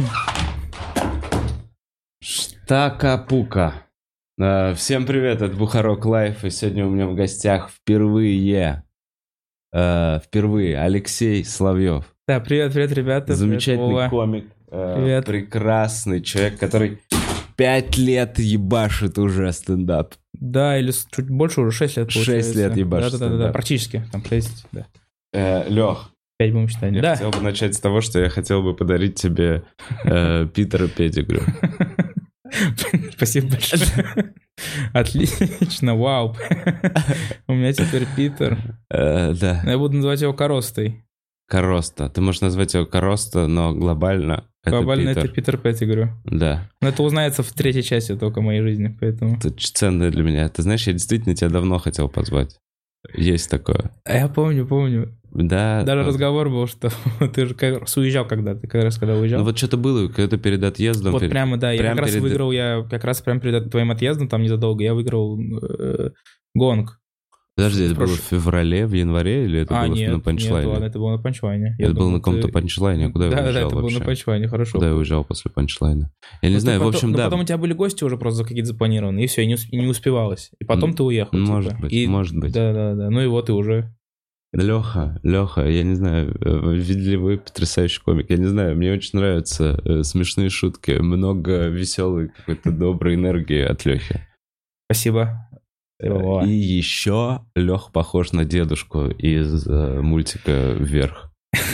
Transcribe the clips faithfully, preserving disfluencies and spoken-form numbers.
Штака-пука. Всем привет, это Бухарок Лайф, и сегодня у меня в гостях впервые, э, впервые Алексей Соловьев. Да, привет, привет, ребята. Замечательный привет, комик, э, привет. прекрасный человек, который пять лет ебашит уже стендап. Да, или чуть больше, уже шесть лет получается. шесть лет ебашит да, да, да, да, практически, там шесть, да. Э, Лех, пять будем считать, я да. хотел бы начать с того, что я хотел бы подарить тебе э, Питера Петтигрю. Спасибо большое. Отлично, вау. У меня теперь Питер. Э, да. Я буду называть его Коростой. Короста. Ты можешь назвать его Короста, но глобально это Глобально Питер. это Питер Петтигрю. Да. Но это узнается в третьей части только моей жизни, поэтому... Это очень ценно для меня. Ты знаешь, я действительно тебя давно хотел позвать. Есть такое. Я помню, помню. Да. Даже вот. разговор был, что ты же как раз уезжал когда-то, как раз когда уезжал. Ну вот что-то было, когда перед отъездом. Вот перед... прямо, да, прям я как раз перед... выиграл, я как раз прямо перед твоим отъездом, там незадолго, я выиграл э, гонг. Подожди, это Прош... было в феврале, в январе, или это а, было нет, на панчлайне? Нет, ладно, это было на панчлайне. Это было думал, на каком-то ты... панчлайне, куда да, я уезжал да, это вообще? было на панчлайне, хорошо. Куда я уезжал после панчлайна? Я не ну, знаю, в потом, общем, ну, да. потом у тебя были гости уже просто какие-то запланированные, и все, и не, и не успевалось. И потом М- ты уехал. Может типа. быть, и... может быть. Да, да, да, ну и вот и уже... Леха, Леха, я не знаю, видели вы потрясающий комик, я не знаю, мне очень нравятся э, смешные шутки, много веселой какой-то доброй энергии от Лехи. Спасибо. И еще Лех похож на дедушку из э, мультика «Вверх».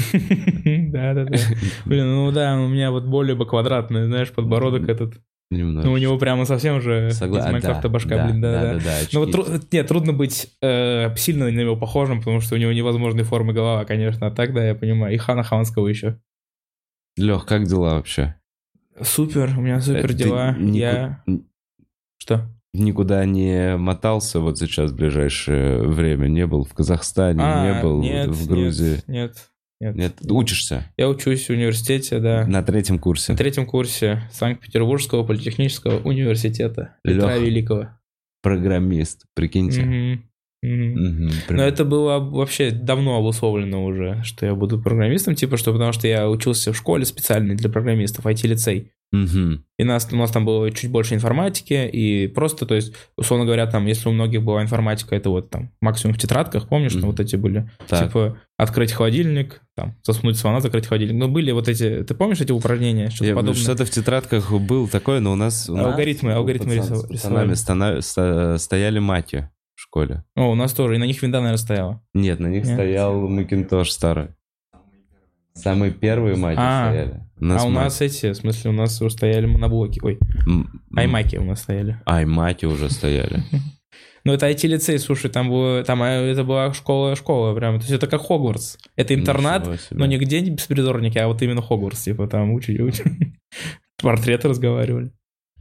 Да-да-да. Блин, ну да, у меня вот более бы квадратный, знаешь, подбородок этот. Немножко. Ну, у него прямо совсем уже Согла... из Майнкрафта да, башка, да, блин, да, да-да. да, да, Ну вот тру- нет, трудно быть э, сильно на него похожим, потому что у него невозможной формы голова, конечно. А так, да, я понимаю. И Хана Хованского еще. Лех, как дела вообще? Супер, у меня супер Ты дела. нику- Я... Что? Никуда не мотался вот сейчас в ближайшее время? Не был в Казахстане, А, не был нет, в Грузии? Нет, нет. Нет, учишься? Я учусь в университете, да. На третьем курсе. На третьем курсе Санкт-Петербургского политехнического университета Петра Лёха. Великого. Программист, прикиньте. Мгм. Мгм. Мгм, прям. Но это было вообще давно обусловлено уже, что я буду программистом, типа, что потому что я учился в школе специальной для программистов, ай ти-лицей. Мгм. И нас, у нас там было чуть больше информатики, и просто, то есть, условно говоря, там, если у многих была информатика, это вот там максимум в тетрадках, помнишь, Мгм. ну, вот эти были, Так. типа, открыть холодильник, там, заснуть слона, закрыть холодильник. Ну, были вот эти, ты помнишь эти упражнения, что-то Я- подобное? Что-то в тетрадках было такое, но у нас... у нас Алгоритмы, у алгоритмы пацан- рисов- с пацанами стана- ста- стояли маки в школе. О, у нас тоже, и на них винда, наверное, стояла. Нет, на них Нет? стоял Макинтош старый. Самые первые маки А, стояли. а у мак- нас эти, в смысле, у нас уже стояли моноблоки, ой, м- м- аймаки у нас стояли. Аймаки уже стояли. Ну, это ай ти-лицей, слушай, там, было, там э, это была школа-школа прям. То есть это как Хогвартс. Это интернат, Ничего себе. но не где-нибудь беспризорники, а вот именно Хогвартс. Типа там учили, учили. Портреты разговаривали.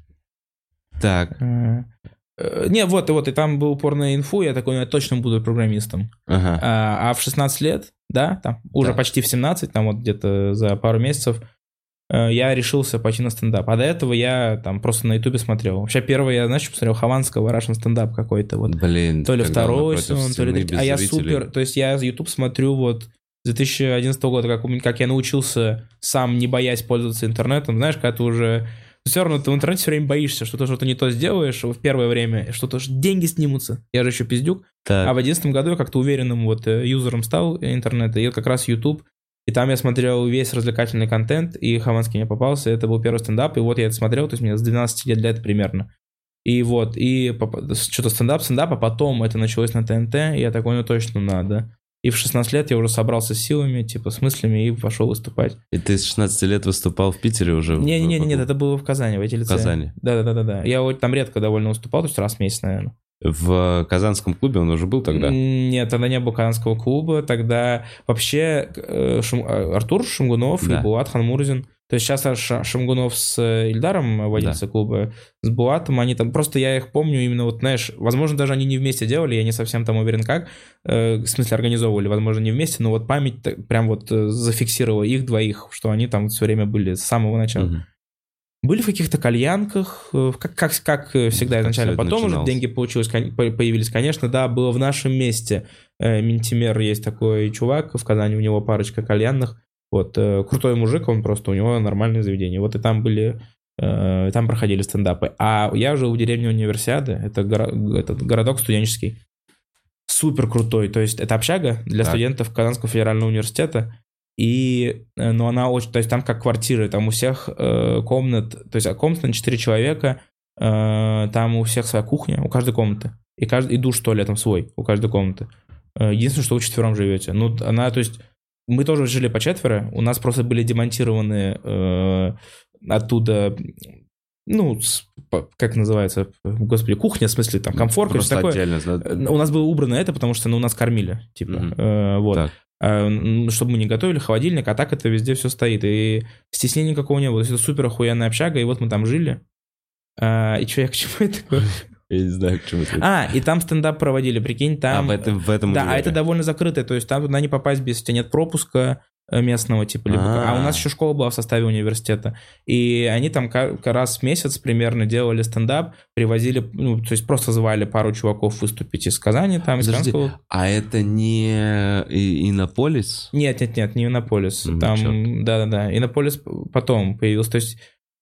Так, А, э, Не, вот, и вот, и там был упор на инфу, я такой, ну, я точно буду программистом. ага. А, а в шестнадцать лет, да, там, уже Да. почти в семнадцать, там вот где-то за пару месяцев, э, я решился пойти на стендап. А до этого я там просто на ютубе смотрел. Вообще, первый я, знаешь, посмотрел Хованского, Russian стендап какой-то вот. Блин, То ли когда он второй напротив сезон, то ли стены третий. без А я зрителей. супер, то есть я YouTube смотрю вот с две тысячи одиннадцатого года, как, у меня- как я научился сам, не боясь пользоваться интернетом. Знаешь, когда ты уже... Все равно ты в интернете все время боишься, что ты что-то не то сделаешь в первое время, что-то ж- деньги снимутся. Я же еще пиздюк. Так, А в одиннадцатом году я как-то уверенным вот э, юзером стал интернета, и вот как раз YouTube. И там я смотрел весь развлекательный контент, и Хованский мне попался, это был первый стендап, и вот я это смотрел, то есть мне с двенадцати лет лет примерно. И вот, и поп- что-то стендап, стендап, а потом это началось на ТНТ, и я такой, ну точно надо. И в шестнадцать лет я уже собрался с силами, типа с мыслями, и пошел выступать. и ты с шестнадцати лет выступал в Питере уже? в- Не-не-не, в- нет, это было в Казани, в эти В Казани. Да-да-да-да. Я вот там редко довольно выступал, то есть раз в месяц, наверное. В Казанском клубе он уже был тогда? Нет, тогда не было Казанского клуба, тогда вообще э, Шим- э, Артур Шамгунов Да. и Булат Ханмурзин. То есть сейчас Ш- Шамгунов с э, Ильдаром владельцы клуба, с Булатом, они там, просто я их помню именно вот, знаешь, возможно, даже они не вместе делали, я не совсем там уверен как, э, в смысле организовывали, возможно, не вместе, но вот память так прям вот э, зафиксировала их двоих, что они там все время были с самого начала. Мгм. Были в каких-то кальянках, э, как, как, как всегда Как изначально. всё это Потом уже начиналось. деньги получилось, кон- по- появились. Конечно, да, было в нашем месте. Э, Ментимер есть такой чувак в Казани, у него парочка кальянных. Вот, э, крутой мужик, он просто, у него нормальное заведение. Вот и там были, э, там проходили стендапы. А я жил в деревне Универсиады, это горо- этот городок студенческий. Супер крутой, то есть это общага для Так. студентов Казанского федерального университета. И, э, ну, она очень, то есть там как квартиры, там у всех э, комнат, то есть комната на четыре человека, э, там у всех своя кухня, у каждой комнаты. И, каждый, и душ туалетом свой у каждой комнаты. Э, единственное, что вы четвером живете. Ну, она, то есть, мы тоже жили по четверо, у нас просто были демонтированы э, оттуда, ну, с, по, как называется, господи, кухня, в смысле, там, комфорт, Просто такое. отдельно, да. У нас было убрано это, потому что, ну, нас кормили, типа, Мгм. э, вот. Так. А, чтобы мы не готовили, холодильник, а так это везде все стоит. И стеснения никакого не было. То есть это супер охуенная общага, и вот мы там жили. А, и что я к чему это говорю? Я не знаю, к чему это. А, и там стендап проводили, прикинь, там... А, в этом, в этом Да, универе. а это довольно закрытое, то есть там туда не попасть без... У тебя нет пропуска местного, типа, либо... А, А. у нас еще школа была в составе университета. И они там ка- раз в месяц примерно делали стендап, привозили, ну, то есть просто звали пару чуваков выступить из Казани, там, из Подожди, Казанского. а это не И- Иннополис? Нет, нет, нет, не Иннополис. М, Там, чёрт. да-да-да, Иннополис потом появился. То есть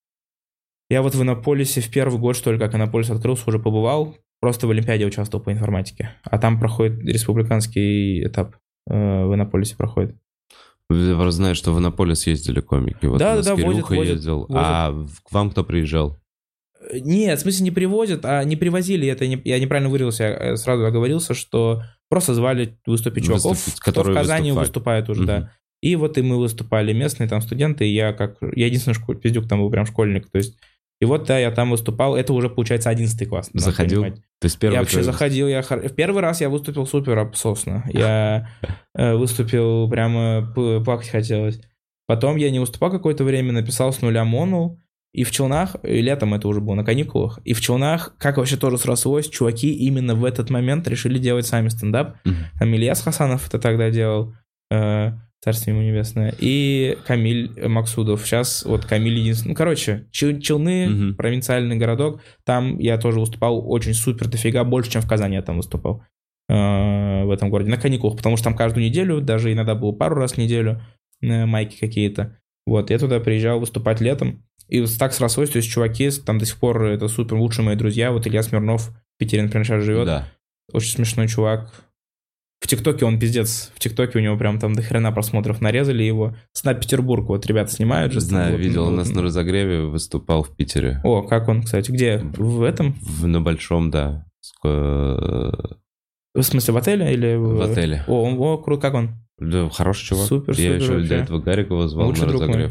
я вот в Иннополисе в первый год, что ли, как Иннополис открылся, уже побывал. Просто в Олимпиаде участвовал по информатике. А там проходит республиканский этап. э, В Иннополисе проходит. Я просто знаю, что в Иннополис ездили комики. Вот Да, у нас да, да, возят, Кирюха возят, ездил. возят. А в- к вам кто приезжал? Э, Нет, в смысле не привозят, а не привозили. Это не, я неправильно выразился, я э, сразу оговорился, что просто звали выступить чуваков, Выступить, кто в которые Казани выступают. выступает уже, Мгм. да. И вот и мы выступали, местные там студенты, и я как... Я единственный школь, пиздюк там был прям школьник, то есть... И вот, да, я там выступал, это уже, получается, одиннадцатый класс. надо Заходил? понимать. То есть первый Я вообще твой- заходил, я хор- в первый раз я выступил супер обсосно. Я э, выступил, прямо п- плакать хотелось. Потом я не выступал какое-то время, написал с нуля мону, и в Челнах, и летом это уже было на каникулах, и в Челнах, как вообще тоже срослось, чуваки именно в этот момент решили делать сами стендап. Мгм. Там Ильяс Хасанов это тогда делал, э, царство ему небесное, и Камиль Максудов. Сейчас вот Камиль единственный. Ну, короче, Чел- Челны, Мгм. провинциальный городок, там я тоже выступал очень супер дофига, больше, чем в Казани я там выступал э, в этом городе, на каникулах, потому что там каждую неделю, даже иногда было пару раз в неделю, э, майки какие-то. Вот, я туда приезжал выступать летом, и вот так срослось, то есть чуваки там до сих пор, это супер лучшие мои друзья, вот Илья Смирнов в Питере, например, сейчас живет, Да. очень смешной чувак. В ТикТоке он пиздец. В ТикТоке у него прям там дохрена просмотров, нарезали его. Снап-Петербург, вот ребята снимают же. Знаю, вот, видел, ну, у нас вот. на разогреве выступал в Питере. О, как он, кстати, где? В этом? В, на большом, да. Ск- В смысле, в отеле или в... В отеле. О, он, о, круто, как он? Да, хороший чувак. Супер, Я супер еще вообще. до этого Гарикова звал Лучший на друг мой. разогрев.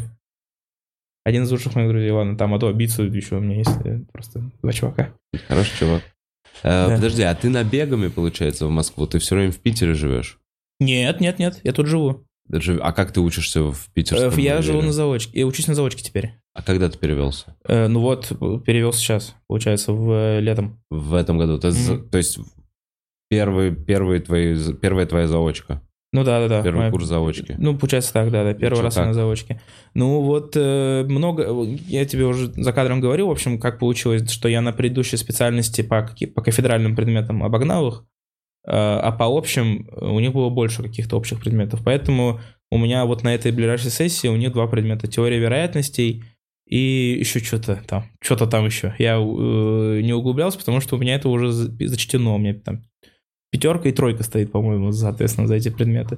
Один из лучших моих друзей. Ладно, там, а то Битсу еще у меня есть. э, Просто два чувака. Хороший чувак. Э, Да. Подожди, а ты набегами, получается, в Москву? Ты все время в Питере живешь? Нет, нет, нет, я тут живу. Жив- А как ты учишься в Э, питерском Я универе? живу на заочке. Я учусь на заочке теперь. А когда ты перевелся? Э, Ну вот, перевел сейчас, получается, в э, летом. В этом году? То, есть- Мгм. то есть первый, первый твои, первая твоя заочка? Ну да, да, да. Первый моя- курс заочки? Ну, получается так, да, да. Первый чё раз так? я на заочке. Ну, вот э, много. Я тебе уже за кадром говорил, в общем, как получилось, что я на предыдущей специальности по, каки- по кафедральным предметам обогнал их, э, а по общим у них было больше каких-то общих предметов. Поэтому у меня вот на этой ближайшей сессии у них два предмета: теория вероятностей и еще что-то там. Что-то там еще. Я э, не углублялся, потому что у меня это уже за- зачтено. У меня там пятерка и тройка стоит, по-моему, соответственно, за эти предметы.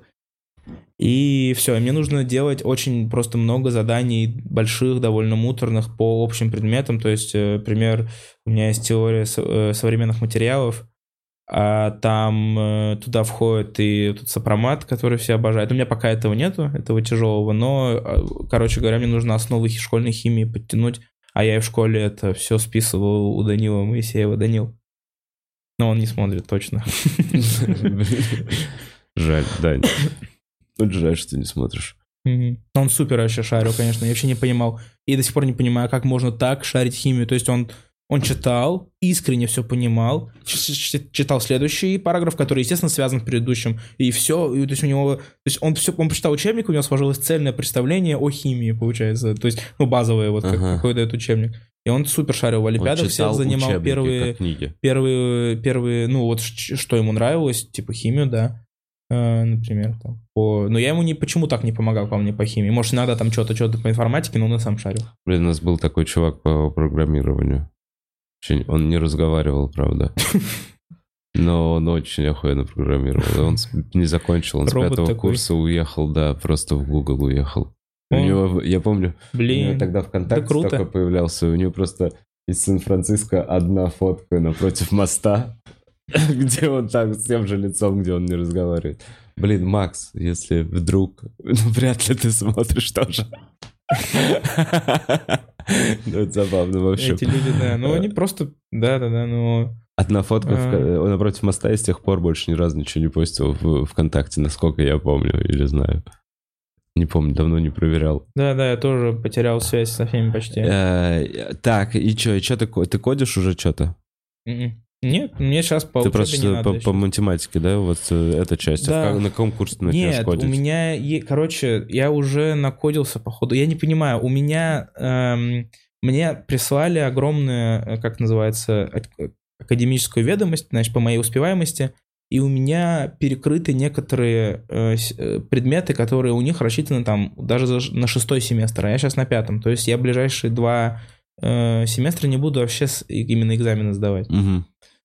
И все, мне нужно делать очень просто много заданий, больших, довольно муторных по общим предметам. То есть, э, например, у меня есть теория со- э, современных материалов, а там э, туда входит и тут сопромат, который все обожают. У меня пока этого нету, этого тяжелого, но, э, короче говоря, мне нужно основы хи- школьной химии подтянуть, а я и в школе это все списывал у Данила Моисеева. Данил. Но он не смотрит точно. Жаль, Дань. Очень жаль, что ты не смотришь. Мгм. Но он супер вообще шарил, конечно. Я вообще не понимал. И до сих пор не понимаю, как можно так шарить химию. То есть он, он читал, искренне все понимал, ч- ч- читал следующий параграф, который, естественно, связан с предыдущим. И все. И, то есть у него... То есть он, все, он почитал учебник, у него сложилось цельное представление о химии, получается. То есть, ну, базовое, вот как, Ага. какой дает учебник. И он супер шарил в Он олимпиадах, читал всех занимал учебники, первые... как книги. Первые, первые, ну вот ш- что ему нравилось, типа химию, да. э, например. Там, по... Но я ему не, почему так не помогал, по мне, по химии. Может, иногда там что-то, что-то по информатике, но он и сам шарил. Блин, у нас был такой чувак по программированию. Он не разговаривал, правда. Но он очень охуенно программировал. Он не закончил, он с Робот пятого такой. курса уехал, да, просто в Google уехал. У О, него, я помню, блин, у него тогда ВКонтакте да круто. только появлялся, у него просто из Сан-Франциско одна фотка напротив моста, где он так, с тем же лицом, где он не разговаривает. Блин, Макс, если вдруг, ну, вряд ли ты смотришь тоже. Ну, это забавно, в общем. Эти люди, да, ну они просто, да-да-да, ну... Одна фотка А. в... напротив моста, и с тех пор больше ни разу ничего не постил в ВКонтакте, насколько я помню или знаю. Не помню, давно не проверял. Да-да, я тоже потерял связь со всеми почти. Так, и что, и что ты, ты кодишь уже что-то? Нет, мне сейчас по Ты учебе просто не надо по, по математике, да, вот эта часть. Да. А как, на каком курсе ты начнешь Нет, кодить? у меня, е- короче, я уже накодился, походу. Я не понимаю, у меня, эм, мне прислали огромную, э, как называется, ак- академическую ведомость, значит, по моей успеваемости, и у меня перекрыты некоторые э, с- э, предметы, которые у них рассчитаны там даже за ш- на шестой семестр, а я сейчас на пятом. То есть я ближайшие два э, семестра не буду вообще с- именно экзамены сдавать. Угу.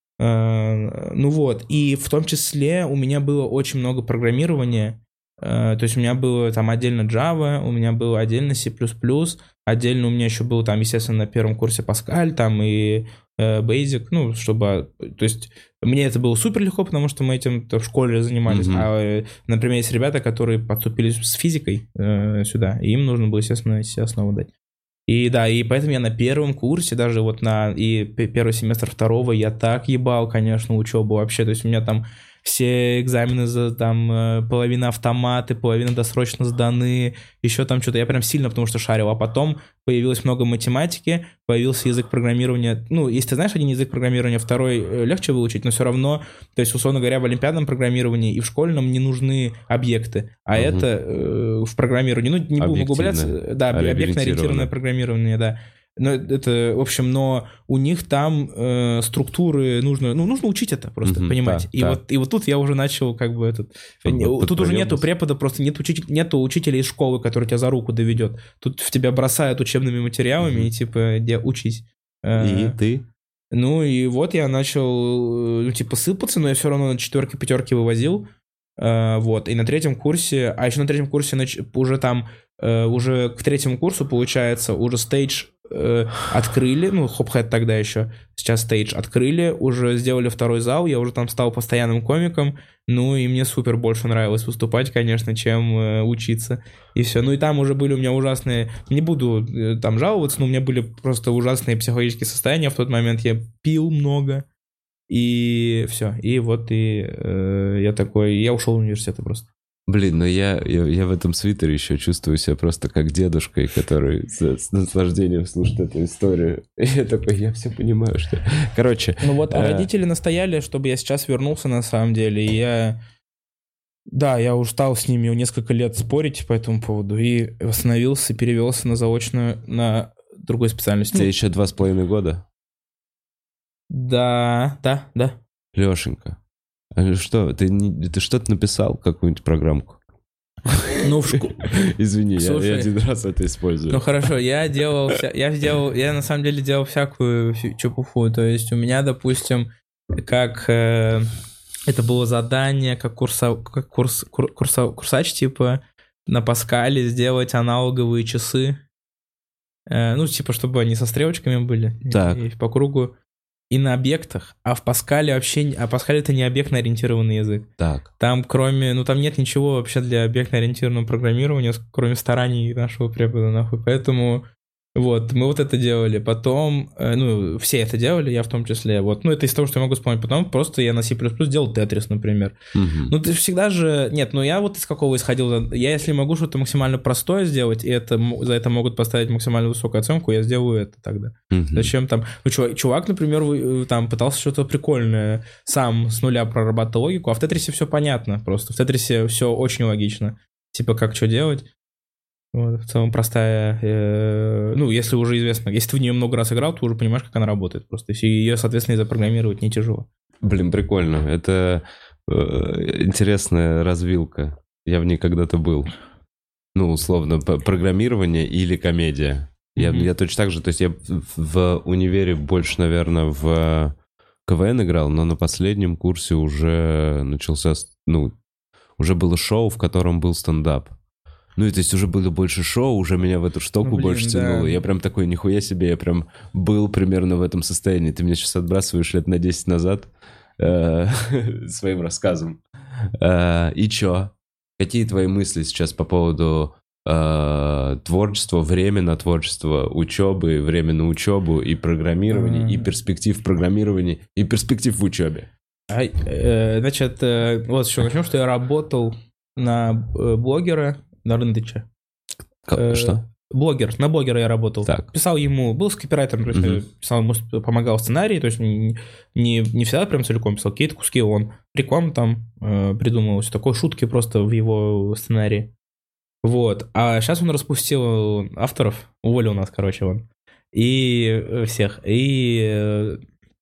Э, Ну вот, и в том числе у меня было очень много программирования, э, то есть у меня было там отдельно Java, у меня было отдельно C++, отдельно у меня еще был там, естественно, на первом курсе Pascal, там и э, Basic, ну, чтобы, то есть мне это было супер легко, потому что мы этим в школе занимались, Мгм. а, э, например, есть ребята, которые подступили с физикой э, сюда, и им нужно было, естественно, эти основы дать. И да, и поэтому я на первом курсе, даже вот на и п- первый семестр второго, я так ебал, конечно, учебу вообще. То есть у меня там все экзамены, за там э, половина автоматы, половина досрочно сданы, еще там что-то. Я прям сильно, потому что шарил. А потом появилось много математики, появился язык программирования. Ну, если ты знаешь один язык программирования, второй э, легче выучить, но все равно, то есть, условно говоря, в олимпиадном программировании и в школьном не нужны объекты. А Мгм. это э, в программировании, ну, не буду углубляться, Объективное. да, Ориентированное. объектно-ориентированное программирование, да. Но это, в общем, но у них там э, структуры нужно, ну, нужно учить это просто, Мгм, понимать. да, и, да. Вот, и вот тут я уже начал как бы этот... Чтобы не- Тут уже нету подпроебываться. препода, просто нет учителя, нету учителя из школы, который тебя за руку доведет. Тут в тебя бросают учебными материалами Мгм. и типа, где учись. И Э, ты? Ну и вот я начал, э, ну, типа, сыпаться, но я все равно на четверки, пятерки вывозил. Э, Вот, и на третьем курсе, а еще на третьем курсе нач- уже там, э, уже к третьему курсу, получается, уже стейдж э, открыли, ну, Hophead тогда еще, сейчас стейдж открыли, уже сделали второй зал, я уже там стал постоянным комиком, ну, и мне супер больше нравилось выступать, конечно, чем э, учиться, и все. Ну, и там уже были у меня ужасные, не буду э, там жаловаться, но у меня были просто ужасные психологические состояния в тот момент, я пил много, и все, и вот и э, я такой, я ушел из университета просто. Блин, ну я, я, я в этом свитере еще чувствую себя просто как дедушкой, который с, с наслаждением слушает эту историю. И я такой, я все понимаю, что... Короче... Ну вот, а э, родители настояли, чтобы я сейчас вернулся на самом деле, и я... Да, я устал с ними несколько лет спорить по этому поводу, и восстановился, перевелся на заочную, на другой специальность. тебе Ну, еще два с половиной года? да, да, да. Лешенька, а что, ты, не- ты что-то написал, какую-нибудь программку? Ну, в школе... Извини, я, Слушай, я один раз это использую. Ну хорошо, я делал, вся... я сделал, я на самом деле делал всякую фи- чепуху, то есть у меня, допустим, как э, это было задание, как, курса... как курс... кур- курса... курсач типа на Паскале сделать аналоговые часы, Э, ну типа чтобы они со стрелочками были Так. и по кругу и на объектах, а в Паскале вообще, не- а Паскаль это не объектно-ориентированный язык. Так. Там кроме, ну там нет ничего вообще для объектно-ориентированного программирования, кроме стараний нашего препода, нахуй. Поэтому вот, мы вот это делали. Потом, э, ну, все это делали, я в том числе. Вот, ну, это из того, что я могу вспомнить. Потом просто я на C++ делал Тетрис, например. Мгм. Ну, ты всегда же... Нет, ну я вот из какого исходил? Я если могу что-то максимально простое сделать, и это, м- за это могут поставить максимально высокую оценку, я сделаю это тогда. Мгм. Зачем там... Ну, чувак, чувак, например, вы- там пытался что-то прикольное, сам с нуля прорабатывал логику, а в Тетрисе все понятно просто. В Тетрисе все очень логично. Типа, как что делать. Вот, в целом простая... э, ну, если уже известно, если ты в нее много раз играл, ты уже понимаешь, как она работает просто. И ее, соответственно, и запрограммировать не тяжело. Блин, прикольно. Это Интересная развилка. Я в ней когда-то был. Ну, условно, программирование или комедия. Я, mm-hmm. я точно так же, то есть я в, в универе больше, наверное, в КВН играл, но на последнем курсе уже начался, ну, уже было шоу, в котором был стендап. Ну, и то есть уже было больше шоу, уже меня в эту штуку ну, блин, больше тянуло. Да. Я прям такой, нихуя себе, я прям был примерно в этом состоянии. Ты меня сейчас отбрасываешь лет на десять назад э, своим рассказом. Э, и чё? Какие твои мысли сейчас по поводу э, творчества, время на творчество, учебы, время на учебу и программирование, mm. и перспектив программирования, и перспектив в учебе? А, э, значит, э, вот еще начнем, что я работал на блогера, на Рындыча. Э, что? Блогер, на блогера я работал. Так. Писал ему, был скопирайтером, то есть угу. писал ему, помогал сценарий, то есть не, не, не всегда прям целиком писал, какие-то куски он рекламу там э, придумал, все такое, шутки просто в его сценарии. Вот. А сейчас он распустил авторов, уволил нас, короче, он. И всех. И э,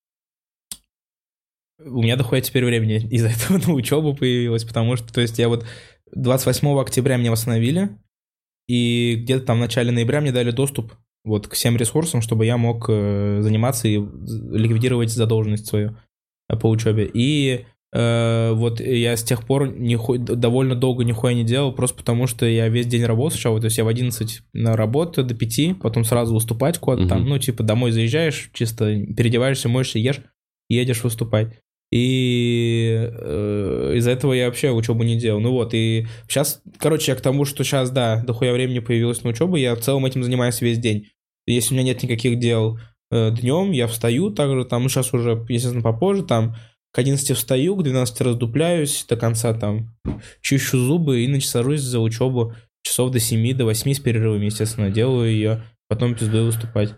у меня доходит теперь времени из-за этого на учебу появилось, потому что, то есть я вот двадцать восьмого октября меня восстановили, и где-то там в начале ноября мне дали доступ вот к всем ресурсам, чтобы я мог э, заниматься и ликвидировать задолженность свою э, по учебе. И э, вот я с тех пор ниху... довольно долго нихуя не делал, просто потому что я весь день работал сначала, то есть я в одиннадцать на работу до пяти, потом сразу выступать куда-то mm-hmm. там, ну типа домой заезжаешь, чисто переодеваешься, моешься, ешь, едешь выступать. И э, из-за этого я вообще учебу не делал. Ну вот, и сейчас, короче, я к тому, что сейчас, да, дохуя времени появилось на учебу, я в целом этим занимаюсь весь день. Если у меня нет никаких дел э, днем, я встаю также, там, ну сейчас уже, естественно, попозже, там, к одиннадцати встаю, к двенадцати раздупляюсь, до конца там чищу зубы и значит, сажусь за учебу часов до семи, до восьми с перерывами, естественно, делаю ее, потом пиздую выступать.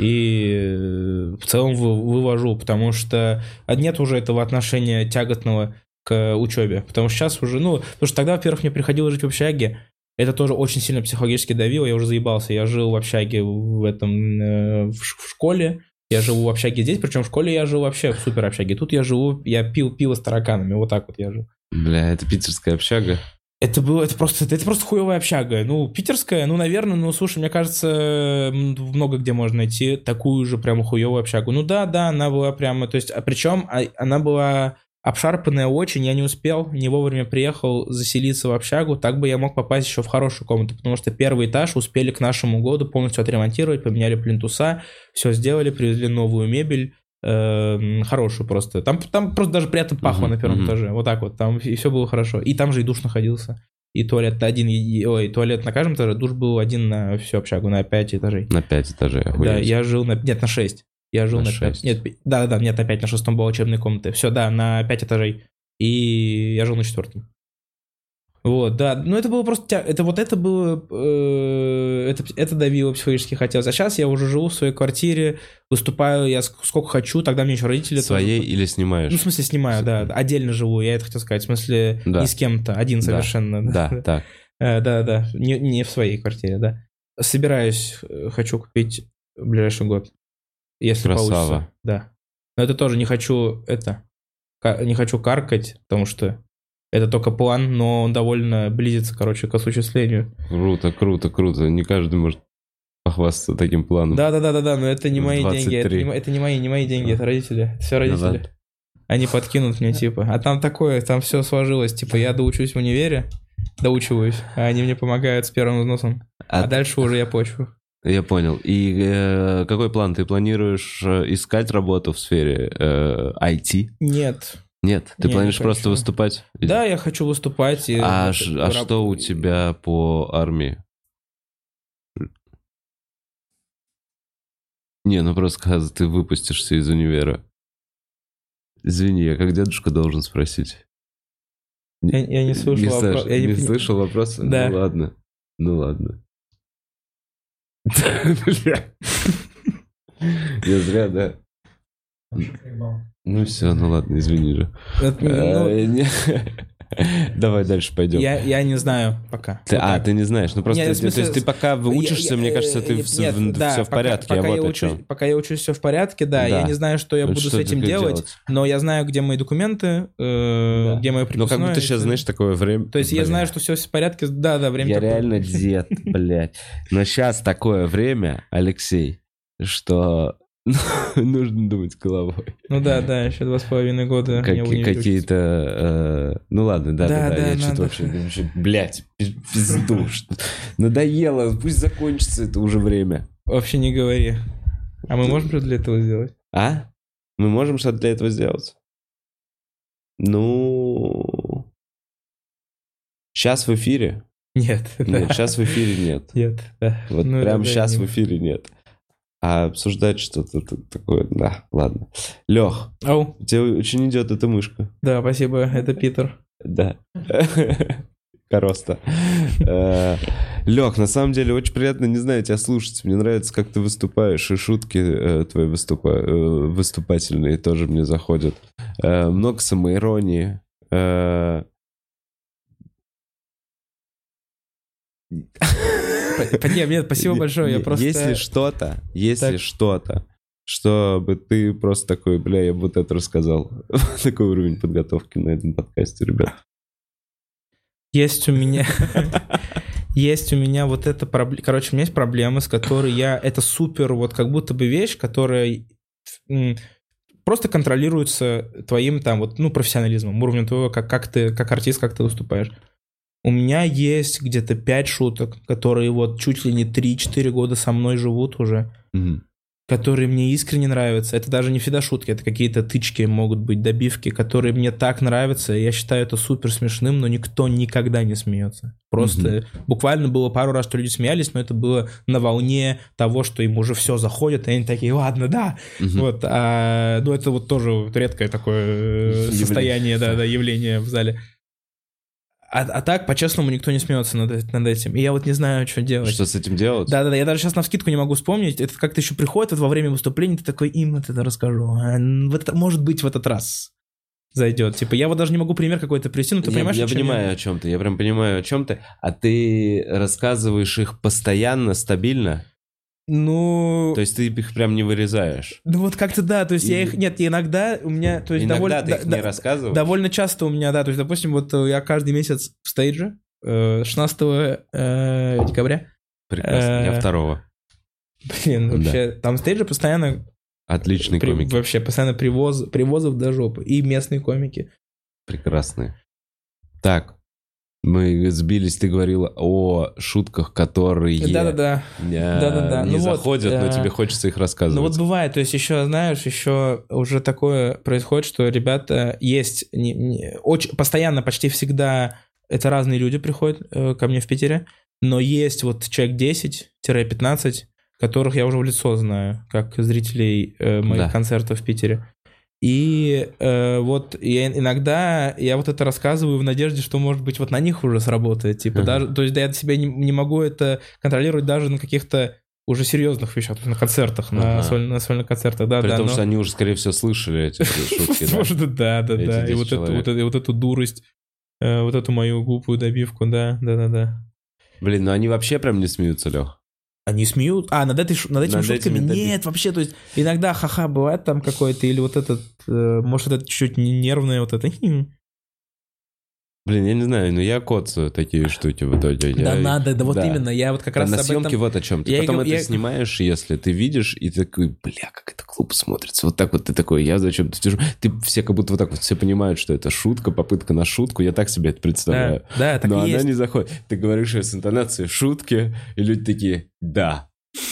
И в целом вывожу, потому что нет уже этого отношения тяготного к учебе. Потому что сейчас уже, ну, потому что тогда, во-первых, мне приходилось жить в общаге. Это тоже очень сильно психологически давило, я уже заебался. Я жил в общаге в этом, в школе, я живу в общаге здесь, причем в школе я жил вообще в супер общаге. Тут я живу, я пил пиво с тараканами, вот так вот я жил. Бля, это питерская общага. Это было, это просто, это просто хуевая общага. Ну, питерская, ну, наверное, ну, слушай, мне кажется, много где можно найти такую же прям хуевую общагу. Ну да, да, она была прямо, то есть, а причем она была обшарпанная очень, я не успел, не вовремя приехал заселиться в общагу, так бы я мог попасть еще в хорошую комнату, потому что первый этаж успели к нашему году полностью отремонтировать, поменяли плинтуса, все сделали, привезли новую мебель, э, хорошую просто. Там, там просто даже приятно пахло uh-huh, на первом uh-huh. этаже, вот так вот, там и все было хорошо. И там же и душ находился, и туалет один, и, ой, туалет на каждом этаже, душ был один на всю общагу, на пять этажей. На пять этажей, охуеть. Да, я жил на, нет, на шесть. Я жил на, на пять. Нет, да, да, нет, опять на шестом была учебная комната. Все, да, на пять этажей. И я жил на четвертом. Вот, да, ну это было просто, это вот это было, э, это, это давило психологически хотелось. А сейчас я уже живу в своей квартире, выступаю я сколько хочу, тогда мне еще родители... Своей тоже... или снимаешь? Ну, в смысле, снимаю, да, отдельно живу, я это хотел сказать, в смысле, да. Не с кем-то, один совершенно. Да, да, так. Да, да, да, не, не в своей квартире, да. Собираюсь, хочу купить в ближайший год. Если Красава. Получится, да. Но это тоже не хочу, это, не хочу каркать, потому что это только план, но он довольно близится, короче, к осуществлению. Круто, круто, круто. Не каждый может похвастаться таким планом. Да-да-да-да, но это не мои деньги, это не, это не мои, не мои деньги, это родители, все родители. Да, они подкинут мне, типа, а там такое, там все сложилось, типа, я доучусь в универе, доучиваюсь, а они мне помогают с первым взносом, а, а дальше уже я почву. Я понял. И э, какой план? Ты планируешь искать работу в сфере э, ай ти? Нет. Нет? Ты не, планируешь не просто выступать? Да, я хочу выступать. И а ш, а раб... что у тебя по армии? Не, ну просто когда ты выпустишься из универа. Извини, я как дедушка должен спросить. Я, я не слышал вопроса. Не, не не слышал вопроса? Да. Ну ладно. Ну ладно. Я зря, да. Ну все, ну ладно, извини же. Давай дальше пойдем. Я, я не знаю пока. Ты, вот а, так. ты не знаешь. Ну просто, Нет, ты, в смысле, то есть ты пока учишься, я, мне я, кажется, ты нет, в, нет, в, да, все в пока, порядке. Пока, а вот я о учусь, чем. пока я учусь, все в порядке, да. Да. Я не знаю, что я Вот буду что с этим делать, делать, но я знаю, где мои документы, э, да. где мое Ну приписное. как будто сейчас, знаешь, такое время... То есть Бля. я знаю, что все в порядке. Да, да, время Я такое. реально дед, блядь. Но сейчас такое время, Алексей, что нужно думать головой. Ну да, да, еще два с половиной года. Как, мне в универе какие-то... Э, ну ладно, да, да, Да, да, да, я что-то надо. вообще, вообще, блядь, пизду. что- Надоело, пусть закончится это уже время. Вообще не говори. А мы можем что-то для этого сделать? А? Мы можем что-то для этого сделать? Ну... Сейчас в эфире? Нет. Нет, да. сейчас в эфире нет. Нет, да. Вот Ну, прям да, сейчас не- в эфире нет. А обсуждать что-то тут такое, да, ладно. Лех, Ау, тебе очень идет эта мышка. да, спасибо, это Питер. Да. Короста. Лех, на самом деле очень приятно, не знаю, тебя слушать. Мне нравится, как ты выступаешь, и шутки э, твои выступа- э, выступательные тоже мне заходят. Э, много самоиронии. Э, Нет, нет, спасибо большое, я Не- просто... Если что-то, если Так. что-то, чтобы ты просто такой, бля, я бы вот это рассказал. Такой уровень подготовки на этом подкасте, ребят. Есть у меня... Есть у меня вот эта проблема... Короче, у меня есть проблема, с которой я... Это супер, вот как будто бы вещь, которая м, просто контролируется твоим там вот, ну, профессионализмом, уровнем твоего, как, как ты, как артист, как ты выступаешь. У меня есть где-то пять шуток, которые вот чуть ли не три-четыре года со мной живут уже, Мгм. которые мне искренне нравятся. Это даже не всегда шутки, это какие-то тычки, могут быть добивки, которые мне так нравятся. Я считаю это супер смешным, но никто никогда не смеется. Просто буквально было пару раз, что люди смеялись, но это было на волне того, что им уже все заходит, и они такие, ладно, да. Мгм. Вот, а, ну это вот тоже вот редкое такое э, Явление. состояние, да, да, явление в зале. А, а так, по-честному, никто не смеется над, над этим. И я вот не знаю, что делать. Что с этим делать? Да-да-да, я даже сейчас навскидку не могу вспомнить. Это как-то еще приходит вот во время выступления, ты такой, им вот это расскажу. А, в это, может быть, в этот раз зайдет. Типа, я вот даже не могу пример какой-то привести, но ты я, понимаешь, я о чем понимаю о чем ты, я прям понимаю о чем ты. А ты рассказываешь их постоянно, стабильно? Ну... То есть ты их прям не вырезаешь? Ну вот как-то да, то есть я И- их... Нет, иногда у меня... То есть Иногда довольно, ты их да- не да- рассказываешь? довольно часто у меня, да, то есть, допустим, вот э, я каждый месяц в стейдже, э, шестнадцатого э, декабря. Прекрасно, я Э, второго. Блин, Да. вообще, там стейджи постоянно... Отличные при- комики, вообще, постоянно привоз, привозов до жопы. И местные комики. прекрасные. Так, мы сбились, ты говорила о шутках, которые Да-да-да. не, Да-да-да. не Ну вот, заходят, но э, тебе хочется их Ну рассказывать. вот бывает, то есть еще, знаешь, еще уже такое происходит, что ребята есть не- не- очень, постоянно, почти всегда это разные люди приходят э, ко мне в Питере, но есть вот человек десять-пятнадцать, которых я уже в лицо знаю, как зрителей э, моих Да. концертов в Питере. И э, вот я иногда я вот это рассказываю в надежде, что, может быть, вот на них уже сработает. Типа, Ага. даже, то есть да, я себя не, не могу это контролировать даже на каких-то уже серьезных вещах, то есть на концертах, на, Ага. соль- на сольных концертах, да, При да. том, но- что они уже, скорее всего, слышали эти шутки, да? Возможно, да, да, Эти да. И десять вот эту, человек. вот, эту, и вот эту дурость, э, вот эту мою глупую добивку, да, да, да, да. Блин, ну они вообще прям не смеются, Лех. Они смеют. А, над, этой, шу- над этими Над шутками? этими доби- Нет, вообще, то есть иногда ха-ха бывает там какой-то, или вот этот, э, может, это чуть-чуть не- нервное вот это. хм. Блин, я не знаю, но я коцаю такие штуки в итоге. Да Я- надо, да вот да. именно, я вот как Да, раз на об съемке этом... вот о чем. Ты Я и потом гов- это я- снимаешь, если ты видишь, и ты такой, бля, как это глупо смотрится. Вот так вот ты такой, я зачем-то сижу. Ты все как будто вот так вот все понимают, что это шутка, попытка на шутку. Я так себе это представляю. Да, да, так Но и она есть. не заходит. Ты говоришь её с интонацией шутки, и люди такие, да.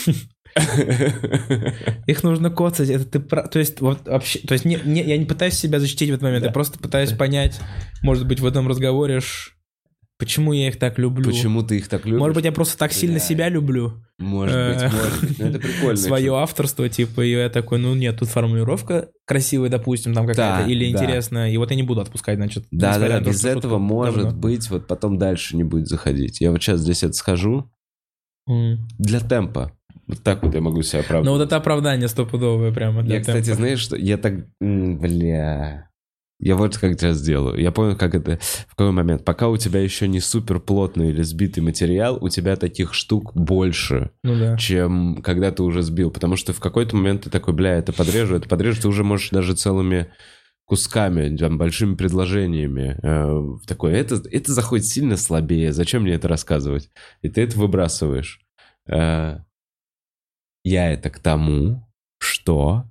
Их нужно коцать, это ты про- то есть вот вообще, то есть не, не- я не пытаюсь себя защитить в этот момент, Да. я просто пытаюсь понять, может быть, в этом разговоре, ш- почему я их так люблю. Почему ты их так любишь? Может быть, я просто так сильно Бля. себя люблю. Может быть, Э, может быть. Но это прикольно. Свое авторство, типа, и я такой, ну нет, тут формулировка красивая, допустим, там какая-то, Да, или да. интересная, и вот я не буду отпускать, значит. Да, да, несмотря да, на то, без что шутка этого может говно. быть, вот потом дальше не будет заходить. Я вот сейчас здесь это схожу. М. Для темпа. Вот так вот я могу себя оправдывать. Ну вот это оправдание стопудовое прямо для Я, кстати, темпа. знаешь, что я так... м, Бля... Я вот как сейчас сделаю. Я понял, как это... В какой момент. Пока у тебя еще не супер плотный или сбитый материал, у тебя таких штук больше, ну, да. чем когда ты уже сбил. Потому что в какой-то момент ты такой, бля, это подрежу, это подрежу. Ты уже можешь даже целыми кусками, там, большими предложениями. Э, такое, это, это заходит сильно слабее. Зачем мне это рассказывать? И ты это выбрасываешь. Э, я это к тому, что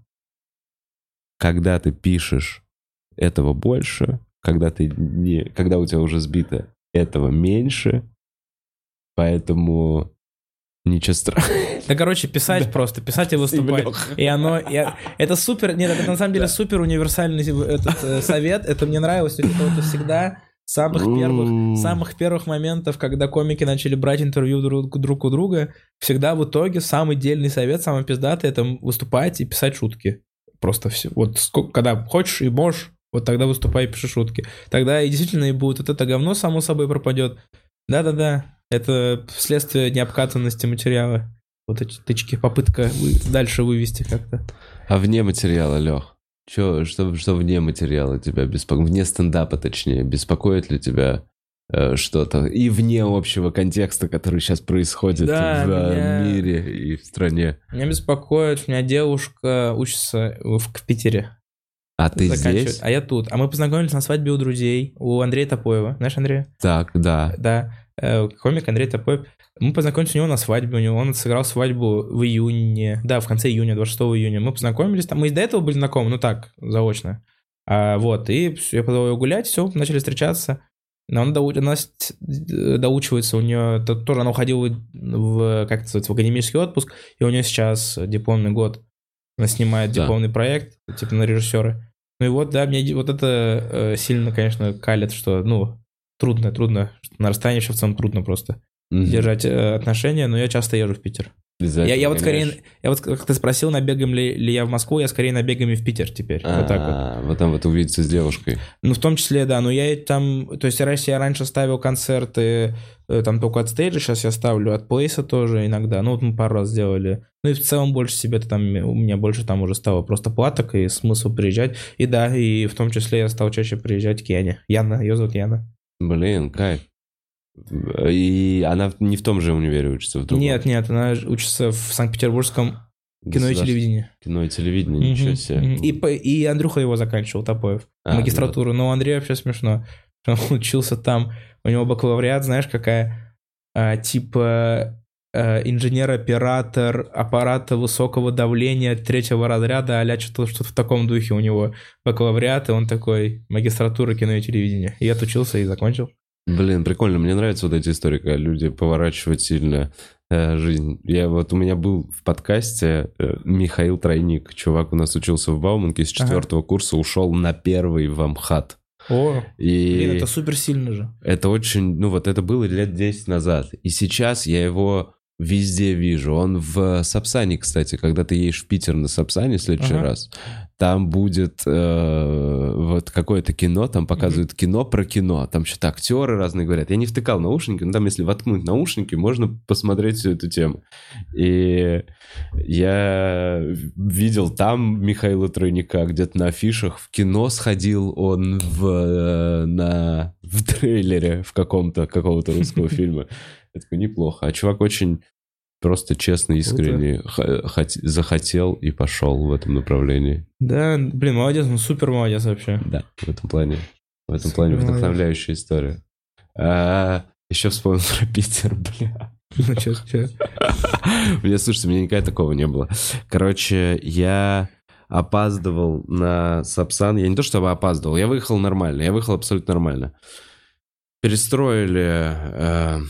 когда ты пишешь этого больше, когда ты не, когда у тебя уже сбито этого меньше, поэтому ничего страшного. Да, короче, писать да. просто, писать и выступать. И оно, и, это супер, нет, это на самом деле да. супер универсальный этот э, совет, это мне нравилось, это вот всегда с самых первых, самых первых моментов, когда комики начали брать интервью друг, друг у друга, всегда в итоге самый дельный совет, самый пиздатый, это выступать и писать шутки. Просто все. Вот сколько, когда хочешь и можешь, вот тогда выступай и пиши шутки. Тогда и действительно и будет вот это говно само собой пропадет. Да-да-да. Это следствие необкатанности материала. Вот эти тычки, попытка вы, дальше вывести как-то. А вне материала, Лех? Че, что, что вне материала тебя беспокоит? Вне стендапа, точнее. Беспокоит ли тебя э, что-то? И вне общего контекста, который сейчас происходит да, в меня... мире и в стране. Меня беспокоит, у меня девушка учится в, в Питере. А ты здесь? А я тут. А мы познакомились на свадьбе у друзей, у Андрея Топоева. Знаешь Андрея? Так, да. Да. Комик Андрей Топоев. Мы познакомились у него на свадьбе. У него он сыграл свадьбу в июне. Да, в конце июня, двадцать шестого июня. Мы познакомились там. Мы и до этого были знакомы, ну так, заочно. А, вот. И я позвал его гулять, все, начали встречаться. Но она, доу... она доучивается, у нее тоже, она уходила в, как это называется, в академический отпуск, и у нее сейчас дипломный год. Она снимает да. дипломный проект, типа на режиссера. Ну и вот, да, мне вот это э, сильно, конечно, калит, что, ну, трудно, трудно. На расстоянии еще в целом трудно просто mm-hmm. держать э, отношения, но я часто езжу в Питер. Я, я вот скорее, я вот как ты спросил, набегаем ли, ли я в Москву, я скорее набегами в Питер теперь. А, вот так вот. Вот там вот увидеться с девушкой. Ну, в том числе, да, но я там, то есть раньше я раньше ставил концерты, там только от стейджа, сейчас я ставлю от плейса тоже иногда, ну, вот мы пару раз сделали. Ну, и в целом больше себе там, у меня больше там уже стало просто платок и смысл приезжать. И да, и в том числе я стал чаще приезжать к Яне. Яна, ее зовут Яна. Блин, кайф. И она не в том же универе учится? В другом? Нет, нет, она учится в Санкт-Петербургском кино и телевидении. Кино и телевидение, ничего себе. И, и Андрюха его заканчивал, Топоев, а, магистратуру. Да. Но у Андрея вообще смешно. Он учился там, у него бакалавриат, знаешь, какая? А, типа а, инженер-оператор аппарата высокого давления третьего разряда, а-ля что-то, что-то в таком духе у него бакалавриат, и он такой магистратура кино и телевидения. И отучился и закончил. Блин, прикольно. Мне нравятся вот эти истории, когда люди поворачивают сильно э, жизнь. Я вот у меня был в подкасте э, Михаил Тройник. Чувак у нас учился в Бауманке с четвертого ага. курса, ушел на первый в Амхат. О, и блин, это супер сильно же. Это очень, ну вот это было лет десять назад. И сейчас я его везде вижу. Он в Сапсане, кстати, когда ты едешь в Питер на Сапсане в следующий ага. раз, там будет э, вот какое-то кино, там показывают mm-hmm. кино про кино, там что-то актеры разные говорят. Я не втыкал наушники, но там если воткнуть наушники, можно посмотреть всю эту тему. И я видел там Михаила Тройника где-то на афишах, в кино сходил он в, на, в трейлере в каком-то, какого-то русского фильма. Я такой, неплохо. А чувак очень просто честно, искренне х- захотел и пошел в этом направлении. Да, блин, молодец, ну супер молодец вообще. Да, в этом плане. В этом супер плане вдохновляющая молодец. История. А, еще вспомнил про Питер, бля. Ну че, че? Мне, слушайте, у меня никогда такого не было. Короче, я опаздывал на Сапсан. Я не то чтобы опаздывал, я выехал нормально. Я выехал абсолютно нормально. Перестроили... Э-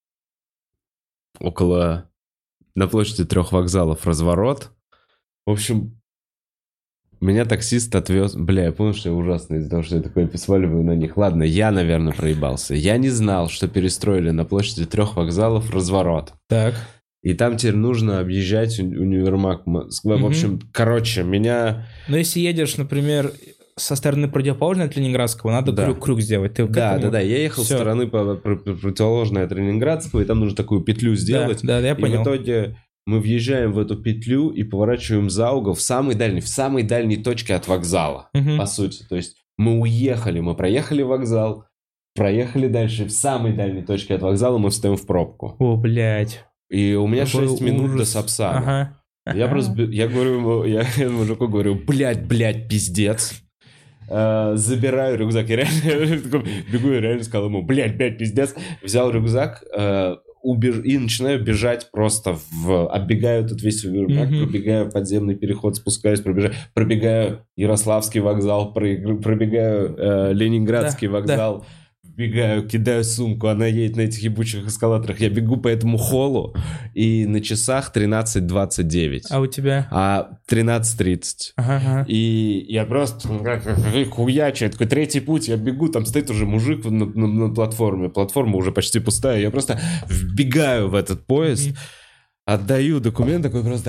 около, на площади трех вокзалов разворот. В общем, меня таксист отвез... Бля, я понял, что я ужасный из-за того, что я такой сваливаю на них. Ладно, я, наверное, проебался. Я не знал, что перестроили на площади трех вокзалов разворот. Так. И там теперь нужно объезжать уни- универмаг Москвы. Mm-hmm. В общем, короче, меня... Но если едешь, например... со стороны противоположной от Ленинградского, надо да. крюк, крюк сделать. Ты да, этому... да, да. Я ехал Все. со стороны по, по, по, противоположной от Ленинградского, и там нужно такую петлю сделать. Да, да, я и понял. в итоге мы въезжаем в эту петлю и поворачиваем за угол в самой дальней, в самой дальней точке от вокзала, угу. по сути. То есть Мы уехали, мы проехали вокзал, проехали дальше, в самой дальней точке от вокзала мы встаем в пробку. О, блядь. И у меня Какой шесть минут ужас. до Сапсана. Ага. Я просто, я говорю ему, я мужику говорю, блядь, блядь, пиздец. Uh, забираю рюкзак, я реально такой, бегу и реально сказал ему, блядь, блядь, пиздец. Взял рюкзак uh, убеж... и начинаю бежать просто в... Оббегаю тут весь рюкзак, mm-hmm. пробегаю подземный переход, спускаюсь, пробегаю, пробегаю Ярославский вокзал, пробегаю uh, Ленинградский да, вокзал. Да. Бегаю, кидаю сумку, она едет на этих ебучих эскалаторах. Я бегу по этому холлу, и на часах тринадцать двадцать девять. А у тебя? А тринадцать тридцать. Ага, ага. И я просто хуячу, такой третий путь, я бегу, там стоит уже мужик на, на, на платформе, платформа уже почти пустая, я просто вбегаю в этот поезд, mm-hmm. отдаю документ, такой просто...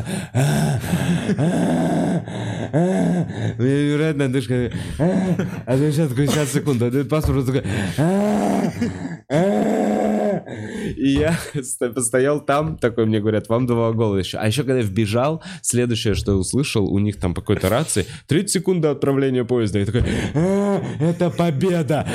Мне невероятно дышка. А то сейчас такой, сейчас, секунду, отдает паспорт, такой... И я постоял там, такой, мне говорят, вам два гола еще. А еще, когда я вбежал, следующее, что я услышал, у них там по какой-то рации, тридцать секунд до отправления поезда. Я такой, это победа!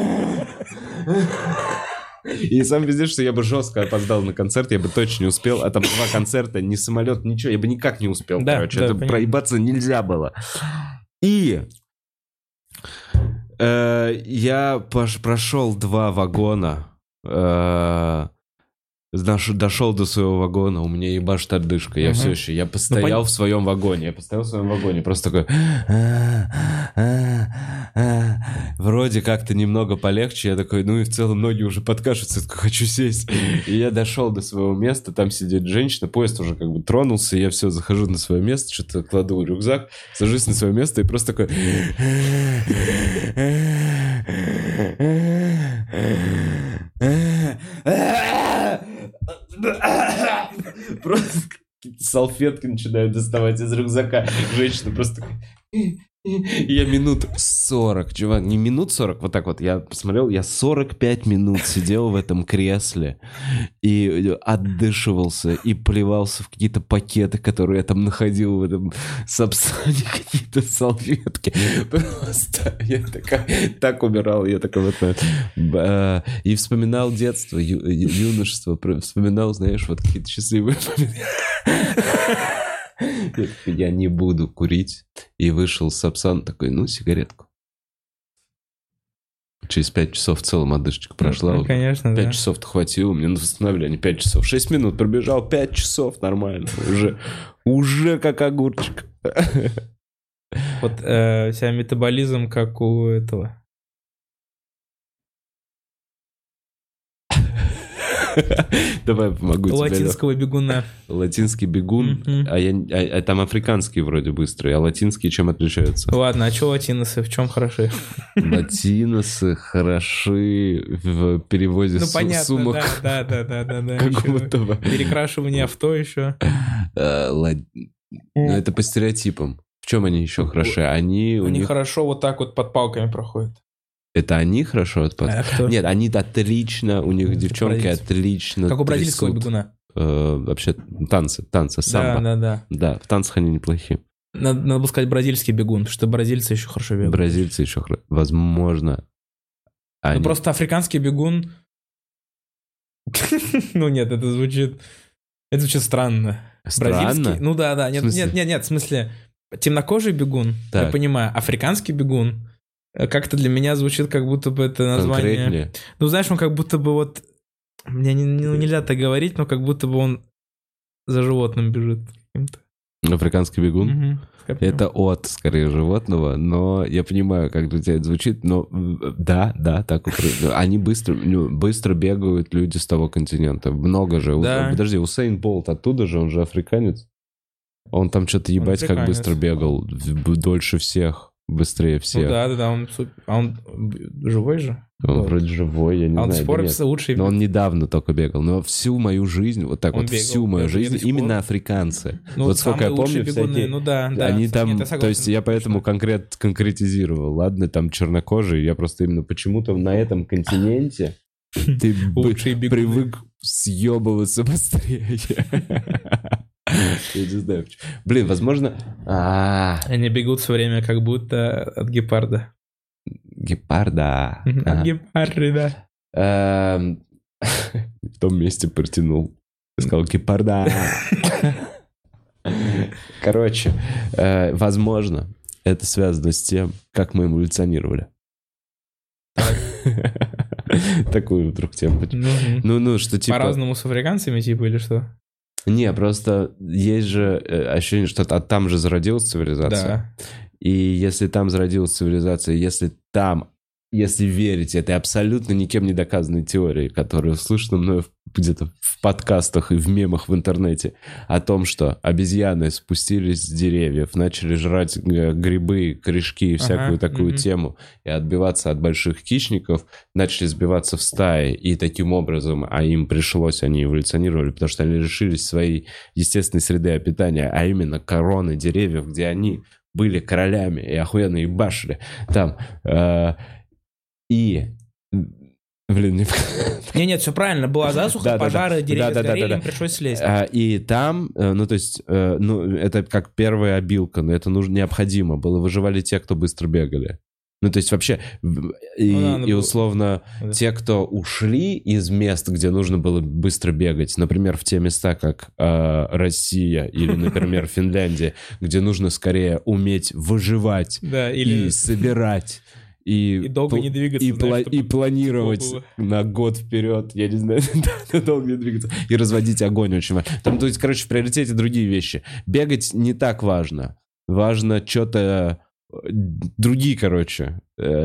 И сам пиздец, что я бы жестко опоздал на концерт, я бы точно не успел, а там два концерта, ни самолет, ничего, я бы никак не успел, да, короче, да, это понятно. Проебаться нельзя было. И э, я пош- прошел два вагона, э, дошел до своего вагона, у меня ебашит отдышка, я uh-huh. все еще, я постоял ну, в своем вагоне, я постоял в своем вагоне, просто такой, вроде как-то немного полегче, я такой, ну и в целом ноги уже подкашиваются, я такой, хочу сесть, и я дошел до своего места, там сидит женщина, поезд уже как бы тронулся, я все, захожу на свое место, что-то кладу рюкзак, сажусь на свое место и просто такой... Просто какие-то салфетки начинают доставать из рюкзака. Женщина просто... Я минут сорок, чувак, не минут сорок, вот так вот, я посмотрел, я сорок пять минут сидел в этом кресле и отдышивался, и плевался в какие-то пакеты, которые я там находил в этом Сапсане, какие-то салфетки. Просто я так, так умирал, я такой вот... И вспоминал детство, ю, юношество, вспоминал, знаешь, вот какие-то счастливые моменты. Я не буду курить. И вышел Сапсан такой, ну, сигаретку. Через пять часов в целом отдышечка прошла. Ну, конечно, пять да. часов-то хватило, мне на восстановление пять часов. шесть минут пробежал, пять часов, нормально. Уже, уже как огурчик. Вот э, у тебя метаболизм как у этого... Давай помогу тебе. Латинского бегуна. Латинский бегун, mm-hmm. а, я, а, а там африканский вроде быстрый, а латинские чем отличаются? Ладно, а что латиносы, в чем хороши? Латиносы хороши в переводе ну, су- понятно, сумок. Да, да, да, да, да. Какого-то... Перекрашивание авто еще. Ну, это по стереотипам. В чем они еще хороши? Они Они хорошо вот так вот под палками проходят. Это они хорошо отпад? А Нет, они отлично, у них это девчонки бразильцы. Отлично. Как у бразильского трясут. бегуна. Э, вообще танцы, танцы, самбо. Да, да, да. Да, в танцах они неплохие. Надо, надо было сказать бразильский бегун, потому что бразильцы еще хорошо бегают. Бразильцы еще хорошо. Возможно. Они... Ну просто африканский бегун... Ну нет, это звучит... Это звучит странно. Странно? Ну да, да. Нет, нет, нет, нет, в смысле... Темнокожий бегун, я понимаю, африканский бегун... Как-то для меня звучит, как будто бы это название... Конкретнее. Ну, знаешь, он как будто бы вот... Мне не, ну, нельзя так говорить, но как будто бы он за животным бежит каким-то. Африканский бегун? Угу. Это от, скорее, животного, но я понимаю, как для тебя это звучит, но да, да, так они быстро, быстро бегают люди с того континента. Много же. Да. Подожди, Усейн Болт оттуда же, он же африканец. Он там что-то ебать как быстро бегал, дольше всех. Быстрее всех. Ну да, да, да, он, а он живой же? Он вот. Вроде живой, я не а знаю. Он спорится да лучший. Но он недавно только бегал. Но всю мою жизнь, вот так он вот, бегал, всю мою жизнь, именно африканцы. Ну, вот сколько я помню, бегуны, всякие... Ну да, да. Они там, Нет, то есть я поэтому конкрет, конкретизировал. Ладно, там чернокожие, я просто именно почему-то на этом континенте ты привык съебываться быстрее. Я не знаю. Блин, возможно... Они бегут все время как будто от гепарда. Гепарда. От гепарды, да. Эм, В том месте протянул. Сказал гепарда. Короче, э, возможно, это связано с тем, как мы эволюционировали. Такую вдруг тему. Ну, ну, что типа... По-разному с африканцами, типа, или что? Не, просто есть же э, ощущение, что а там же зародилась цивилизация. Да. И если там зародилась цивилизация, если там, если верить этой абсолютно никем не доказанной теории, которая слышна мною где-то в подкастах и в мемах в интернете, о том, что обезьяны спустились с деревьев, начали жрать грибы, корешки и всякую ага, такую угу. тему, и отбиваться от больших хищников, начали сбиваться в стаи, и таким образом, а им пришлось, они эволюционировали, потому что они лишились своей естественной среды обитания, а именно короны деревьев, где они были королями и охуенно ебашили там. Э, и... Блин, не... Не, нет, все правильно. Была засуха, да, пожары, да, да. деревья да, да, сгорели, да, да, да. им пришлось слезть. А, и там, ну, то есть, ну, это как первая обилка, но это нужно, необходимо было. Выживали те, кто быстро бегали. Ну, то есть, вообще, и, ну, да, и условно, да. те, кто ушли из мест, где нужно было быстро бегать, например, в те места, как э, Россия или, например, Финляндия, где нужно скорее уметь выживать да, или... и собирать. И, и долго не двигаться. И, знаешь, пла- и планировать на год вперед, я не знаю, долго не двигаться. И разводить огонь очень важно. Там, то есть, короче, в приоритете другие вещи. Бегать не так важно. Важно что-то... Другие, короче.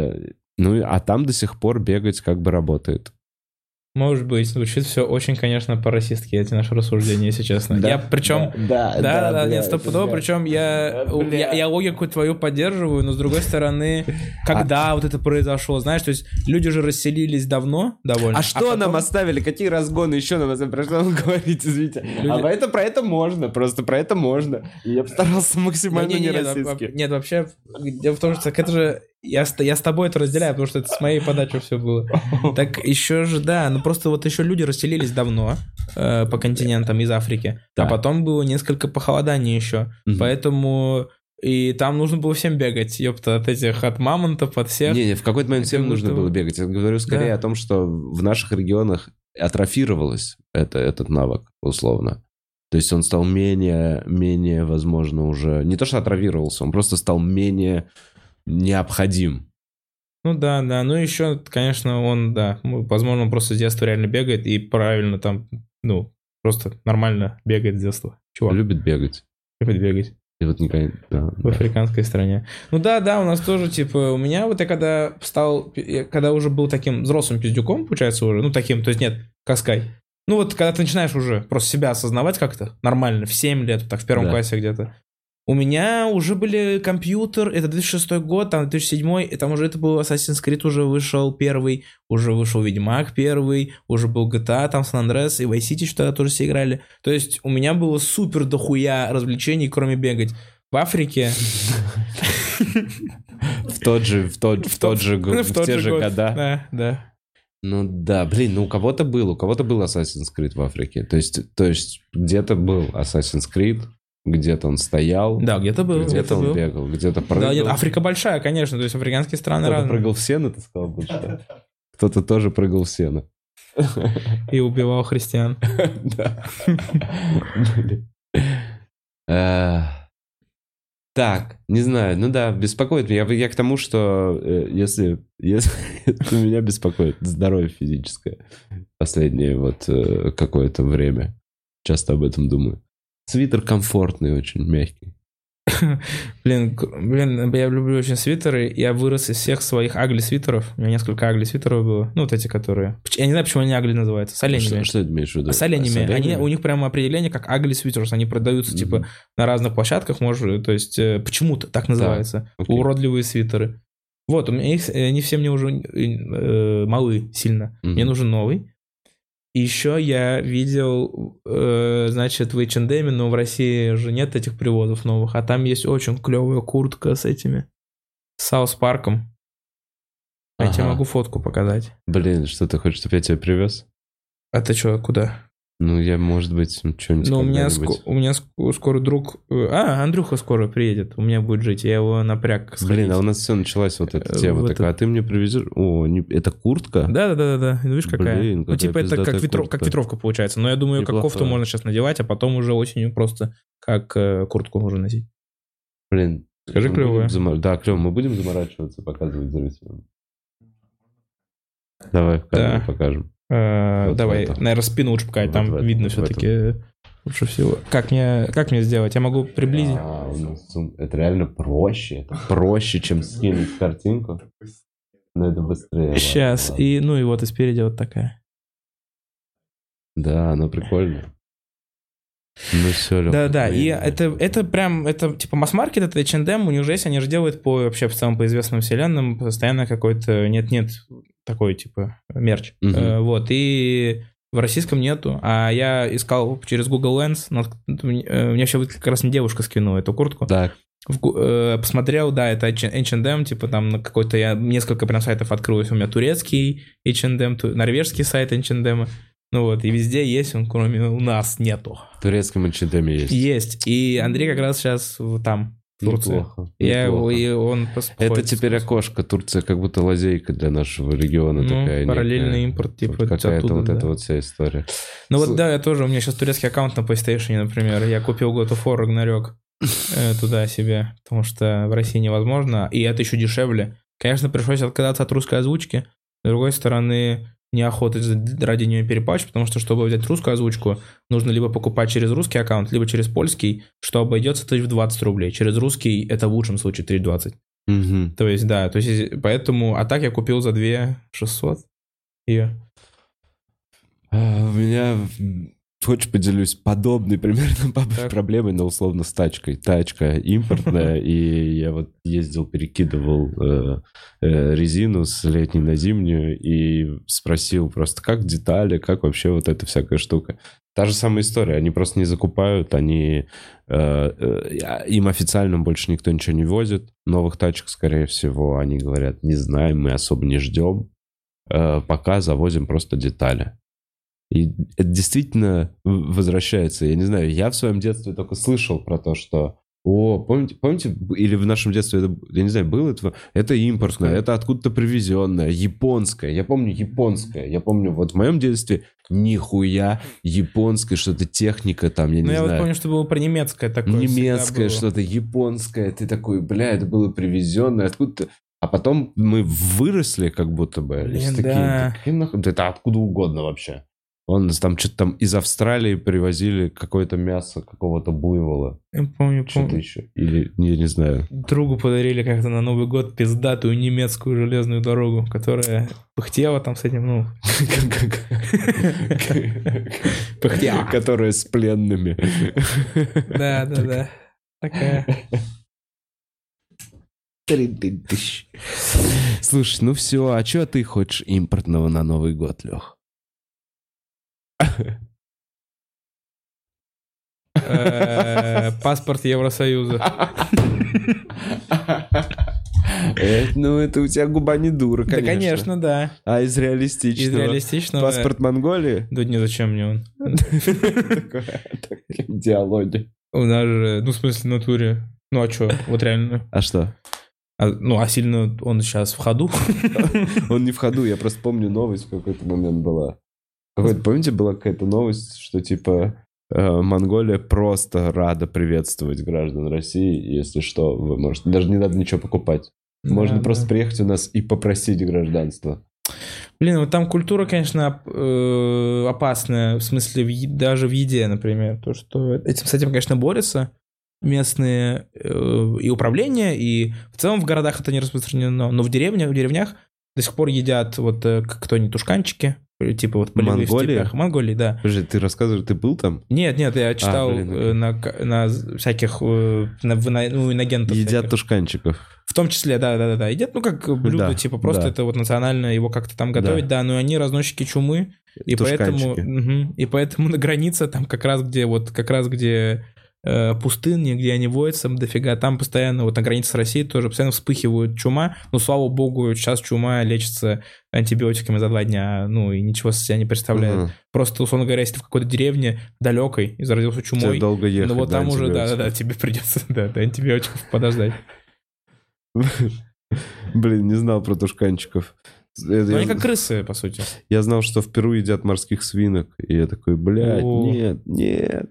Ну, а там до сих пор бегать как бы работает. Может быть, звучит все очень, конечно, по-расистски, эти наши рассуждения, если честно. Да, я причем... Да, да, да, да, да нет, стопудово, причем я, я, я логику твою поддерживаю, но с другой стороны, когда а... вот это произошло, знаешь, то есть люди же расселились давно довольно. А что а потом... нам оставили? Какие разгоны еще нам оставили? Про что вам говорить, извините? Люди... А это, про это можно, просто про это можно. И я постарался максимально не, не, не расистски. Нет, нет, вообще, дело в том, что это же... Я, я с тобой это разделяю, потому что это с моей подачи все было. Так еще же, да, ну просто вот еще люди расселились давно э, по континентам из Африки, да. а потом было несколько похолоданий еще, угу. поэтому и там нужно было всем бегать, ёпта, от этих, от мамонтов, от всех. Не, не, в какой-то момент всем нужно было бегать. Я говорю скорее да. о том, что в наших регионах атрофировалось это, этот навык, условно. То есть он стал менее, менее, возможно, уже... Не то, что атрофировался, он просто стал менее... необходим. Ну да, да. Ну еще, конечно, он, да, возможно, он просто с детства реально бегает и правильно там, ну, просто нормально бегает с детства. Чувак. Любит бегать. Любит бегать. И вот никогда... Да, в африканской да. стране. Ну да, да, у нас тоже, типа, у меня вот я когда стал, я, когда уже был таким взрослым пиздюком, получается, уже, ну таким, то есть нет, Каскай. Ну вот, когда ты начинаешь уже просто себя осознавать как-то нормально, в семь лет, так в первом да. классе где-то, у меня уже были компьютер, это две тысячи шестой год, там две тысячи седьмой, и там уже это был Assassin's Creed уже вышел первый, уже вышел Ведьмак первый, уже был джи ти эй, там San Andreas и Vice City что-то тоже все играли. То есть у меня было супер дохуя развлечений, кроме бегать. В Африке... В тот же, в тот, в тот же, в те же года. Да, да. Ну да, блин, ну у кого-то был, у кого-то был Assassin's Creed в Африке. То есть, то есть где-то был Assassin's Creed, где-то он стоял. Да, где-то был. Где-то где-то он был. бегал, где-то прыгал. Да, нет, Африка большая, конечно, то есть африканские страны Кто-то разные. прыгал в сено, ты сказал больше. Кто-то тоже прыгал в сено. И убивал христиан. Да. Так, не знаю, ну да, беспокоит меня. Я, я к тому, что э, если, если меня беспокоит здоровье физическое последнее вот э, какое-то время, часто об этом думаю. Свитер комфортный, очень мягкий. Блин, блин, я люблю очень свитеры. Я вырос из всех своих агли-свитеров. У меня несколько агли-свитеров было. Ну, вот эти, которые... Я не знаю, почему они агли называются. С оленями. Что, что ты имеешь в виду? А с оленями. С оленями? Они, у них прямо определение как агли-свитерс. Они продаются, mm-hmm. типа, на разных площадках. Может, то есть, почему-то так называется. Да, okay. Уродливые свитеры. Вот, у меня их... Они все мне уже э, малы сильно. Mm-hmm. Мне нужен новый. И еще я видел, э, значит, в эйч энд эм, но в России же нет этих приводов новых, а там есть очень клевая куртка с этими, с Саус Парком. Ага. Я тебе могу фотку показать. Блин, что ты хочешь, чтобы я тебя привез? А ты что, куда? Ну, я, может быть, что-нибудь Ну, у меня, ск- у меня ск- скоро друг... А, Андрюха скоро приедет, у меня будет жить, я его напряг сходить. Блин, а у нас все началась вот эта тема Вот такая, это- а ты мне привезешь... О, не... это куртка? Да-да-да-да, видишь, какая? Блин, Ну, какая типа это как, пиздатая ветро- куртка. как ветровка получается, но я думаю, как Неплохая. кофту можно сейчас надевать, а потом уже осенью просто как э, куртку можно носить. Блин. Скажи, мы клёвая. будем замор- Да, клево, мы будем заморачиваться, показывать зрителям. Давай в камеру Да. покажем. Э, Вот давай, в этом. наверное, спину лучше показать, Вот там в этом, видно вот в все-таки лучше всего. Как мне, как мне сделать? Я могу приблизить? А, у нас сум- это реально проще. Это проще, чем скинуть картинку. Но это быстрее. ладно, Сейчас, ладно. и ну и вот и спереди вот такая. Да, оно прикольно. Ну все, Лёха. Да-да, мы- и это, это прям, это типа масс-маркет, это эйч энд эм, у них же есть, они же делают по вообще в целом по известным вселенным постоянно какой-то нет-нет такой типа мерч. Мгм. Э, вот, и в российском нету, а я искал через Google Lens, но, э, мне вообще как раз не девушка скинула эту куртку. Так, В гу- э, посмотрел, да, это эйч энд эм, типа там на какой-то, я несколько прям сайтов открылось, у меня турецкий эйч энд эм, ту- норвежский сайт эйч энд эм, ну вот, и везде есть, он кроме у нас нету. в турецком H&M есть. Есть, и Андрей как раз сейчас в- там, в Турции. Неплохо, Я его, неплохо. и он пос- Это ходит. теперь окошко. Турция как будто лазейка для нашего региона Ну, такая. параллельный некая. импорт, типа, Вот какая-то оттуда, вот да. эта вот вся история. Ну вот Слу- да, я тоже, у меня сейчас турецкий аккаунт на PlayStation, например, я купил God of War Ragnarok э, туда себе, потому что в России невозможно, и это еще дешевле. Конечно, пришлось отказаться от русской озвучки, с другой стороны, неохота ради нее перепачивать, потому что, чтобы взять русскую озвучку, нужно либо покупать через русский аккаунт, либо через польский, что обойдется тысяч в двадцать рублей. Через русский это в лучшем случае тысяч двадцать. Мгм. То есть, да, то есть, поэтому, а так я купил за две шестьсот ее. А, У меня, м, хочешь, поделюсь подобной примерно по- Так. проблемой, но условно с тачкой. Тачка импортная, и я вот ездил, перекидывал э, э, резину с летней на зимнюю и спросил просто, как детали, как вообще вот эта всякая штука. Та же самая история, они просто не закупают, они э, э, им официально больше никто ничего не возит. Новых тачек, скорее всего, они говорят, не знаем, мы особо не ждем, Э, пока завозим просто детали. И это действительно в- возвращается. Я не знаю, я в своем детстве только слышал про то, что о, помните, помните, б- или в нашем детстве, это, я не знаю, было это, это импортное, это откуда-то привезенное, японское. Я помню японское. Я помню, вот в моем детстве нихуя японское, что-то техника там, я Ну, не я вот знаю. помню, что было про немецкое такое. Немецкое, всегда было. что-то японское. Ты такой, бля, это было привезенное, откуда-то. А потом мы выросли как будто бы. Блин, Все такие, да. какие нахуй? Да это откуда угодно вообще. Он там что-то там из Австралии привозили какое-то мясо какого-то буйвола. Я помню, Что-то помню. еще. Или, я не знаю. Другу подарили как-то на Новый год пиздатую немецкую железную дорогу, которая пыхтела там с этим, ну... Пыхтела. Которая с пленными. Да, да, да. Такая. Слушай, ну все, а что ты хочешь импортного на Новый год, Лех? Э, Паспорт Евросоюза. Э, Ну, это у тебя губа не дура, Да, конечно. конечно, да. А из Из реалистичного? реалистичного... Паспорт Монголии? Да не, зачем мне он? Такое, такие диалоги. У нас же, ну, в смысле, в натуре. Ну, а что, вот реально. А что? А, ну, а сильно он сейчас в ходу? Он не в ходу, я просто помню новость в какой-то момент была. Какой-то, помните, была какая-то новость, что типа э, Монголия просто рада приветствовать граждан России, если что, вы можете, даже не надо ничего покупать. Можно Да, просто да. приехать у нас и попросить гражданство. Блин, вот там культура, конечно, оп- э, опасная, в смысле, в е- даже в еде, например. То, что этим, с этим, конечно, борются местные э, и управления, и в целом в городах это не распространено, но в деревнях, в деревнях до сих пор едят вот э, к- кто они, тушканчики, э, типа вот полевые в Монголия? степях. Монголии, да. Подожди, ты рассказываешь, ты был там? Нет, нет, я читал блин, окей. э, на, к- на всяких, э, на, в- на- ну, инагентов Едят всяких. тушканчиков. В том числе, да, да, да, да. Едят, ну, как блюдо, Да, типа, просто да. это вот национально его как-то там готовить, да, но они разносчики чумы, и поэтому, Тушканчики. мгм, и поэтому на границе, там как раз где, вот, как раз где э, пустыни, где они водятся дофига. Там постоянно, вот на границе с Россией тоже постоянно вспыхивают чума. Но, слава богу, сейчас чума лечится антибиотиками за два дня. Ну, и ничего себя не представляет. Угу. Просто, условно говоря, если ты в какой-то деревне далекой и заразился чумой, тебе долго ехать, ну вот да, там уже, да-да-да, тебе придется да, до антибиотиков подождать. Блин, не знал про тушканчиков. Ну, они как крысы, по сути. Я знал, что в Перу едят морских свинок. И я такой, блядь, О. нет, нет.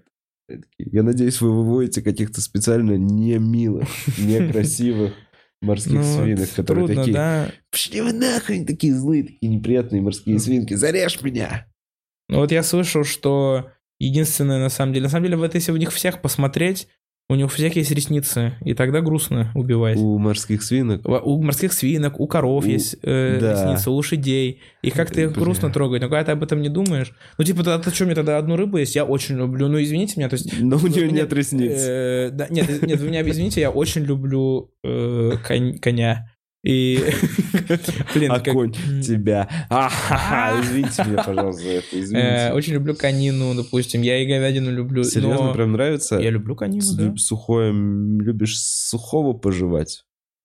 Я надеюсь, вы выводите каких-то специально не милых, некрасивых морских ну, свинок, которые трудно, такие, да? Пошли вы нахрен, такие злые, такие неприятные морские свинки, зарежь меня. Ну вот я слышал, что единственное, на самом деле, на самом деле, вот если у них всех посмотреть, у них у всех есть ресницы, и тогда грустно убивать. У морских свинок? У, у морских свинок, у коров у... есть э, да. ресницы, у лошадей. И как-то их грустно трогать. Но когда ты об этом не думаешь... Ну, типа, ты, ты что, мне тогда одну рыбу есть? Я очень люблю. Ну, извините меня, то есть... Но у нее нет ресниц. Э, да, нет, нет, вы меня извините, я очень люблю э, конь, коня. И... Блин, а как... конь тебя. А-ха-ха, извините меня, пожалуйста, за это, извините. Очень люблю конину, допустим. Я и говядину люблю. Серьезно, но... прям нравится? Я люблю конину, да. Сухое, любишь сухого пожевать?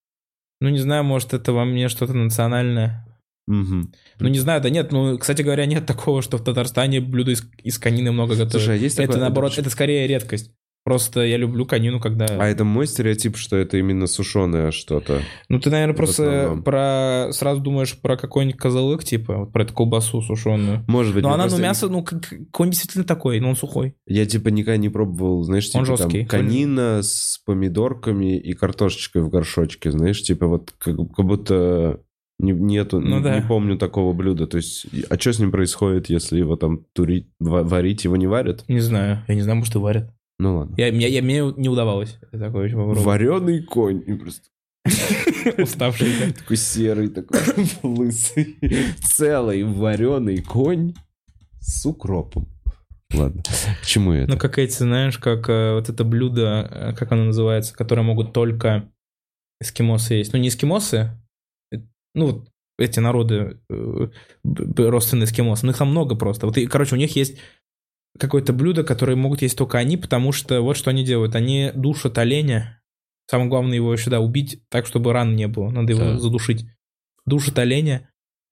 Ну, не знаю, может, это во мне что-то национальное. Угу. Ну, не знаю, да нет, ну, кстати говоря, нет такого, что в Татарстане блюда из, из конины много готовят. Слушай, а есть это, такое... наоборот, это скорее редкость. Просто я люблю конину, когда... А это мой стереотип, что это именно сушеное что-то? Ну, ты, наверное, просто про... сразу думаешь про какой-нибудь козылык, типа, вот про эту колбасу сушеную. Может быть. Но она, просто... ну, мясо, ну, какой-он действительно такой, но он сухой. Я, типа, никогда не пробовал, знаешь, типа, он жесткий. Там, конина он... с помидорками и картошечкой в горшочке, знаешь, типа, вот как, как будто... Нету, ну, не, да. не помню такого блюда. То есть, а что с ним происходит, если его там турить, варить, его не варят? Не знаю, я не знаю, может, и варят. Ну ладно. Я, я, я, мне не удавалось. Такое еще попробовать. Вареный конь. И просто... Уставший. Такой серый, такой лысый. Целый вареный конь с укропом. Ладно, к чему это? Ну, как эти, знаешь, как вот это блюдо, как оно называется, которое могут только эскимосы есть. Ну, не эскимосы, ну, вот эти народы, родственные эскимосам, их там много просто. Вот, и, короче, у них есть какое-то блюдо, которое могут есть только они, потому что вот что они делают. Они душат оленя. Самое главное его еще, да, убить так, чтобы ран не было. Надо его да. задушить. Душат оленя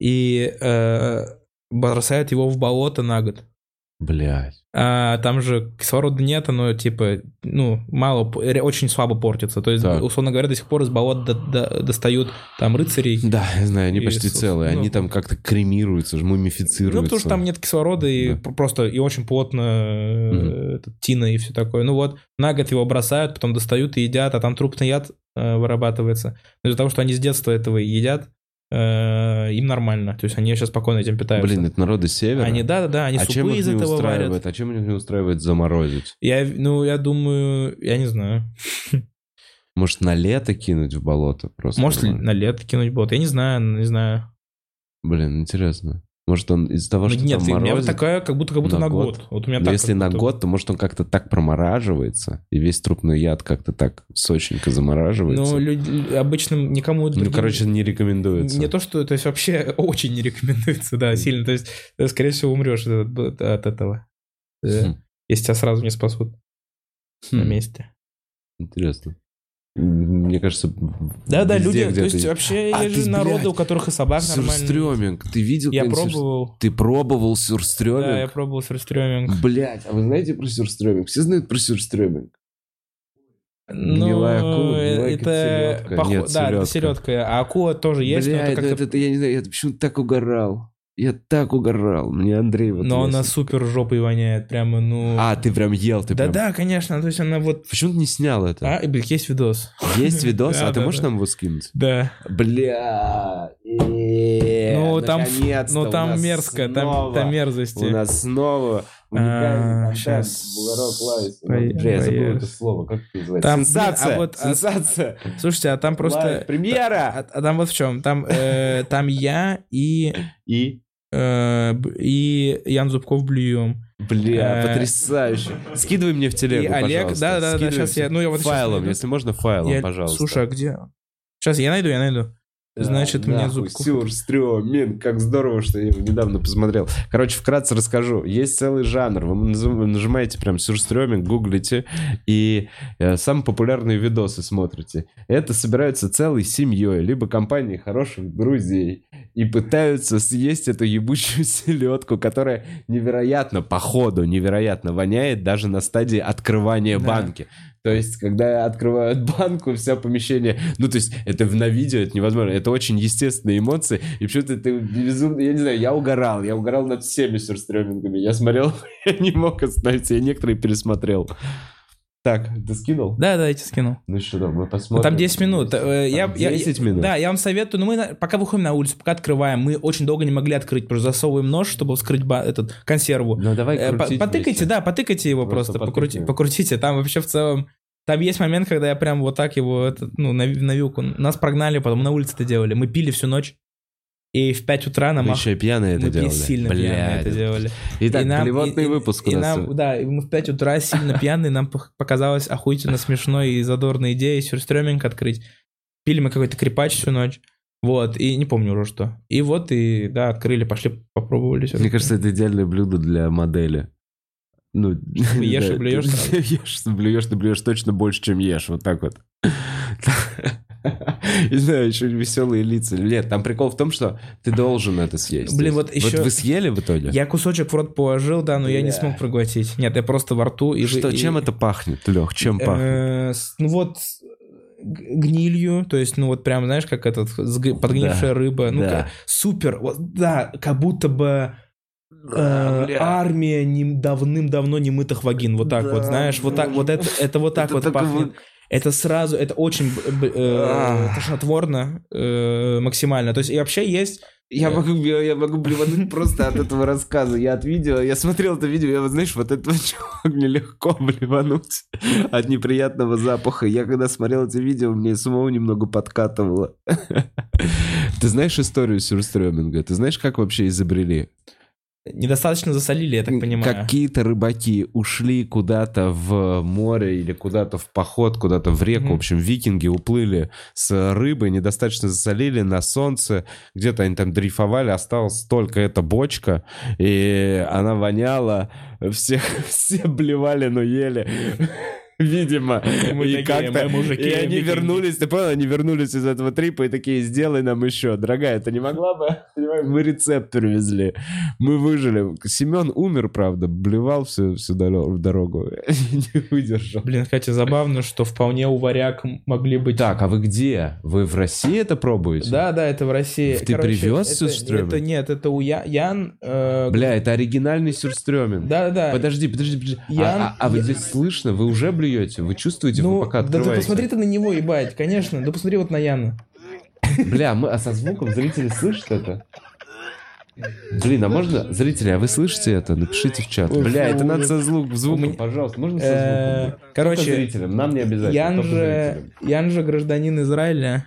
и э, бросают его в болото на год. Блядь. А там же кислорода нет, оно типа, ну, мало, очень слабо портится. То есть, так. условно говоря, до сих пор из болот до, до, достают там рыцарей. Да, я знаю, они почти с, целые. Ну, они там как-то кремируются, мумифицируются. Ну, потому что там нет кислорода, и да. просто и очень плотно mm-hmm. э, тина и все такое. Ну вот, на год его бросают, потом достают и едят, а там трупный яд э, вырабатывается. Но из-за того, что они с детства этого едят, им нормально. То есть они сейчас спокойно этим питаются. Блин, это народы севера? Они, да-да-да, они а супы из этого варят. А чем их не устраивает заморозить? Я, ну, я думаю, я не знаю. Может, на лето кинуть в болото просто? Может, на лето кинуть в болото? Я не знаю, не знаю. Блин, интересно. Может, он из-за того, ну, что нет, там морозит... Нет, у меня такая, как будто, как будто на, на год. год. Вот у меня Но так, если на будто... год, то, может, он как-то так промораживается, и весь трупный яд как-то так сочненько замораживается. Ну, люди, обычно никому... Ну, другим... короче, не рекомендуется. Не то, что... То есть, вообще очень не рекомендуется, да, сильно. То есть, ты, скорее всего, умрешь от, от этого. Хм. Если тебя сразу не спасут хм. на месте. Интересно. Мне кажется, да-да, люди, то есть вообще а есть же народы, блядь, у которых и собак нормально. Сюрстрёминг, ты видел? Я пробовал. Сюр... Ты пробовал сюрстрёминг? Да, я пробовал сюрстрёминг. Блядь, а вы знаете про сюрстрёминг? Все знают про сюрстрёминг? Ну, гнилая акула, гнилая это селедка. Пох... Нет, да, это селедка, а акула тоже есть. Блядь, но это, это, это, я не знаю, я почему-то так угорал. Я так угорал, мне Андрей вот... Но она супер жопой воняет, прямо, ну... А, ты прям ел, ты да, прям... Да-да, конечно, то есть она вот... Почему ты не снял это? А, есть видос. Есть видос? А ты можешь нам его скинуть? Да. Бля... Ну, там, ну, там мерзко, там, там мерзости. У нас снова уникальный контент, Бугорок Лайс. Бля, я забыл это слово, как это называется? Там, сенсация! Блин, а вот, сенсация! А, слушайте, а там просто... Лайв, премьера! А, а там вот в чем? Там, э, там я и... И? Э, и Ян Зубков блюем. Бля, потрясающе. Скидывай мне в телегу, и Олег, пожалуйста. Да, да, да, сейчас я... Ну, я вот файлом, если можно, файлом, я, пожалуйста. Слушай, а где... Сейчас я найду, я найду. значит, да, мне нахуй, зубку. Сюрстрёминг, как здорово, что я его недавно посмотрел. Короче, вкратце расскажу. Есть целый жанр. Вы нажимаете прям сюрстрёминг, гуглите, и э, самые популярные видосы смотрите. Это собираются целой семьей, либо компанией хороших друзей, и пытаются съесть эту ебучую селедку, которая невероятно, походу, невероятно воняет даже на стадии открывания Да. банки. То есть, когда открывают банку, все помещение... Ну, то есть, это на видео, это невозможно. Это очень естественные эмоции. И почему-то ты безумно... Я не знаю, я угорал. Я угорал над всеми сюрстрёмингами. Я смотрел, я не мог остановиться. Я некоторые пересмотрел. Так, ты скинул? Да, да, я тебе скинул. Ну что, да, мы посмотрим. Ну, там десять минут. Э, Я, Там я- десять я- минут? Да, я вам советую. Но мы на- пока выходим на улицу, пока открываем, мы очень долго не могли открыть, потому что засовываем нож, чтобы вскрыть ба- этот, консерву. Ну, давай Э, по- крутить Потыкайте, вместе. да, потыкайте его Просто просто, покрути- потыкаем. покрутите. Там вообще в целом... Там есть момент, когда я прям вот так его, этот, ну, на, на вилку. Нас прогнали, потом на улице это делали. Мы пили всю ночь. И в пять утра нам... Вы ах- еще и пьяные это мы делали? сильно Блядь. пьяные это делали. Итак, И нам- блевотный и- и- выпуск у и нас. нам, да, и мы в пять утра сильно пьяные, нам пох- показалось охуительно смешной и задорной идеей сюрстрёминг открыть. Пили мы какой-то крепач всю ночь. Вот, и не помню уже что. И вот, и да, открыли, пошли, попробовали. Мне кажется, это идеальное блюдо для модели. Ну, ешь да, и блюешь ты сразу. Ешь, блюешь, ты блюешь точно больше, чем ешь. Вот так вот. Не знаю, еще веселые лица. Нет, там прикол в том, что ты должен это съесть. Блин, То вот есть, еще- Вот вы съели в итоге? Я кусочек в рот положил, да, но я не Бля. смог проглотить. Нет, я просто во рту. И, Что, и- чем это пахнет, Лех? Чем пахнет? Э, с- Ну вот с- г- гнилью, то есть, ну вот прям, знаешь, как этот сг- подгнившая Да, рыба. Ну, да. ка- супер. Вот, да, как будто бы э, бля. армия не- давным-давно не мытых вагин. Вот так Да, вот, знаешь, вот так вот это, это вот так Это вот так пахнет. вот- Это сразу, это очень б- б- э, Ах. тошнотворно э, максимально. То есть и вообще есть... Я э, могу, я, я могу блевануть просто от этого рассказа. Я от видео, я смотрел это видео, я вот, знаешь, вот это вот мне легко блевануть от неприятного запаха. Я когда смотрел это видео, мне самого немного подкатывало. Ты знаешь историю сюрстрёминга? Ты знаешь, как вообще изобрели? Недостаточно засолили, я так понимаю. Какие-то рыбаки ушли куда-то в море или куда-то в поход, куда-то в реку. Мгм. В общем, викинги уплыли с рыбой, недостаточно засолили на солнце. Где-то они там дрейфовали, осталась только эта бочка, и она воняла. Все, все блевали, но ели. Видимо. Мы и такие, как-то... мы мужики, и они викинги. вернулись, ты понял, они вернулись из этого трипа и такие, сделай нам еще. Дорогая, ты не могла бы? Понимаешь, мы рецепт привезли. Мы выжили. Семен умер, правда, блевал всю, всю дорогу, дорогу. Не выдержал. Блин, кстати, забавно, что вполне у варяг могли быть... Так, а вы где? Вы в России это пробуете? Да, да, это в России. Ты привез это, сюрстрёминг? это нет, это у Я- Ян... э, Бля, это оригинальный сюрстрёминг. Да, да, да. Подожди, подожди, подожди. А- Ян- а, а вы Я- здесь слышно? Вы уже блюете? Вы чувствуете? Ну, вы пока да ты открываете? посмотри ты на него, ебать, конечно. Да посмотри вот на Яна. Бля, мы, а со звуком зрители слышат это? Блин, а можно... Зрители, а вы слышите это? Напишите в чат. Ой, Бля, фу, это надо ужас. со звуком. Звуком, У меня- пожалуйста. Можно со Э, звуком? Только Короче, зрителям, нам не обязательно. Ян только же, зрителям. Ян же гражданин Израиля.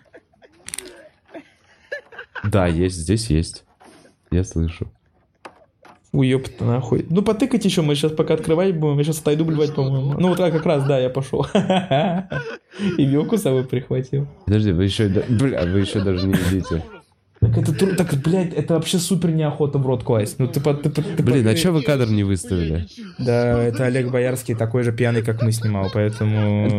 Да, есть, здесь есть. Я слышу. Уёпта нахуй. Ну потыкать еще, мы сейчас пока открывать будем. Я сейчас отойду блевать, по-моему. Ну вот так как раз, да, я пошел. И вилку с собой прихватил. Подожди, вы еще... да- Бля, вы еще даже не едите. Так это, тру- так, блядь, это вообще супер неохота в рот класть. Ну ты, по- ты, по- ты Блин, по- а че вы кадр не выставили? Да, это Олег Боярский такой же пьяный, как мы снимал, поэтому...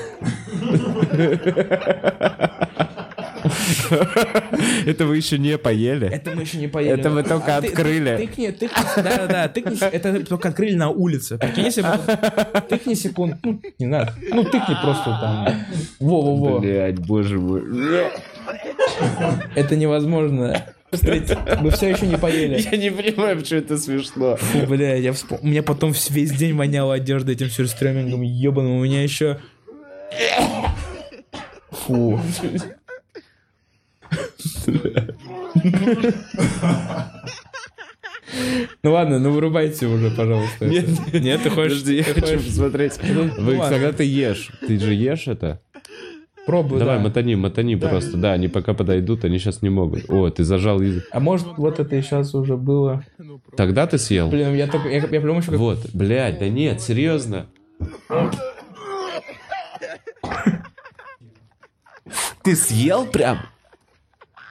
Это вы еще не поели? Это мы еще не поели. Это вы только А ты- открыли. ты- Тыкни, тыкни, да-да-да, тыкни, это только открыли на улице. Прикинь, если бы... Тыкни секунд, ну, не знаю, ну, тыкни просто там. Во-во-во. Блять, боже мой. Это невозможно. Смотрите, мы все еще не поели. Я не понимаю, почему это смешно. Фу, бля, я вспом... У меня потом вс- весь день воняло одежда этим сюрстрёмингом, ебаным. У меня еще... Фу. Ну ладно, ну вырубайте уже, пожалуйста. Нет, это. Нет, ты хочешь... Подожди, я ты хочу хочешь- посмотреть. Ну, Вы, ладно. когда ты ешь, ты же ешь это? Пробую, Давай, да. мотани, мотани просто. Да, они пока подойдут, они сейчас не могут. О, ты зажал язык. А может, вот это и сейчас уже было. Тогда ты съел? Блин, я только... Я, я прям еще как... Вот, блядь, да нет, серьезно. Ты съел прям?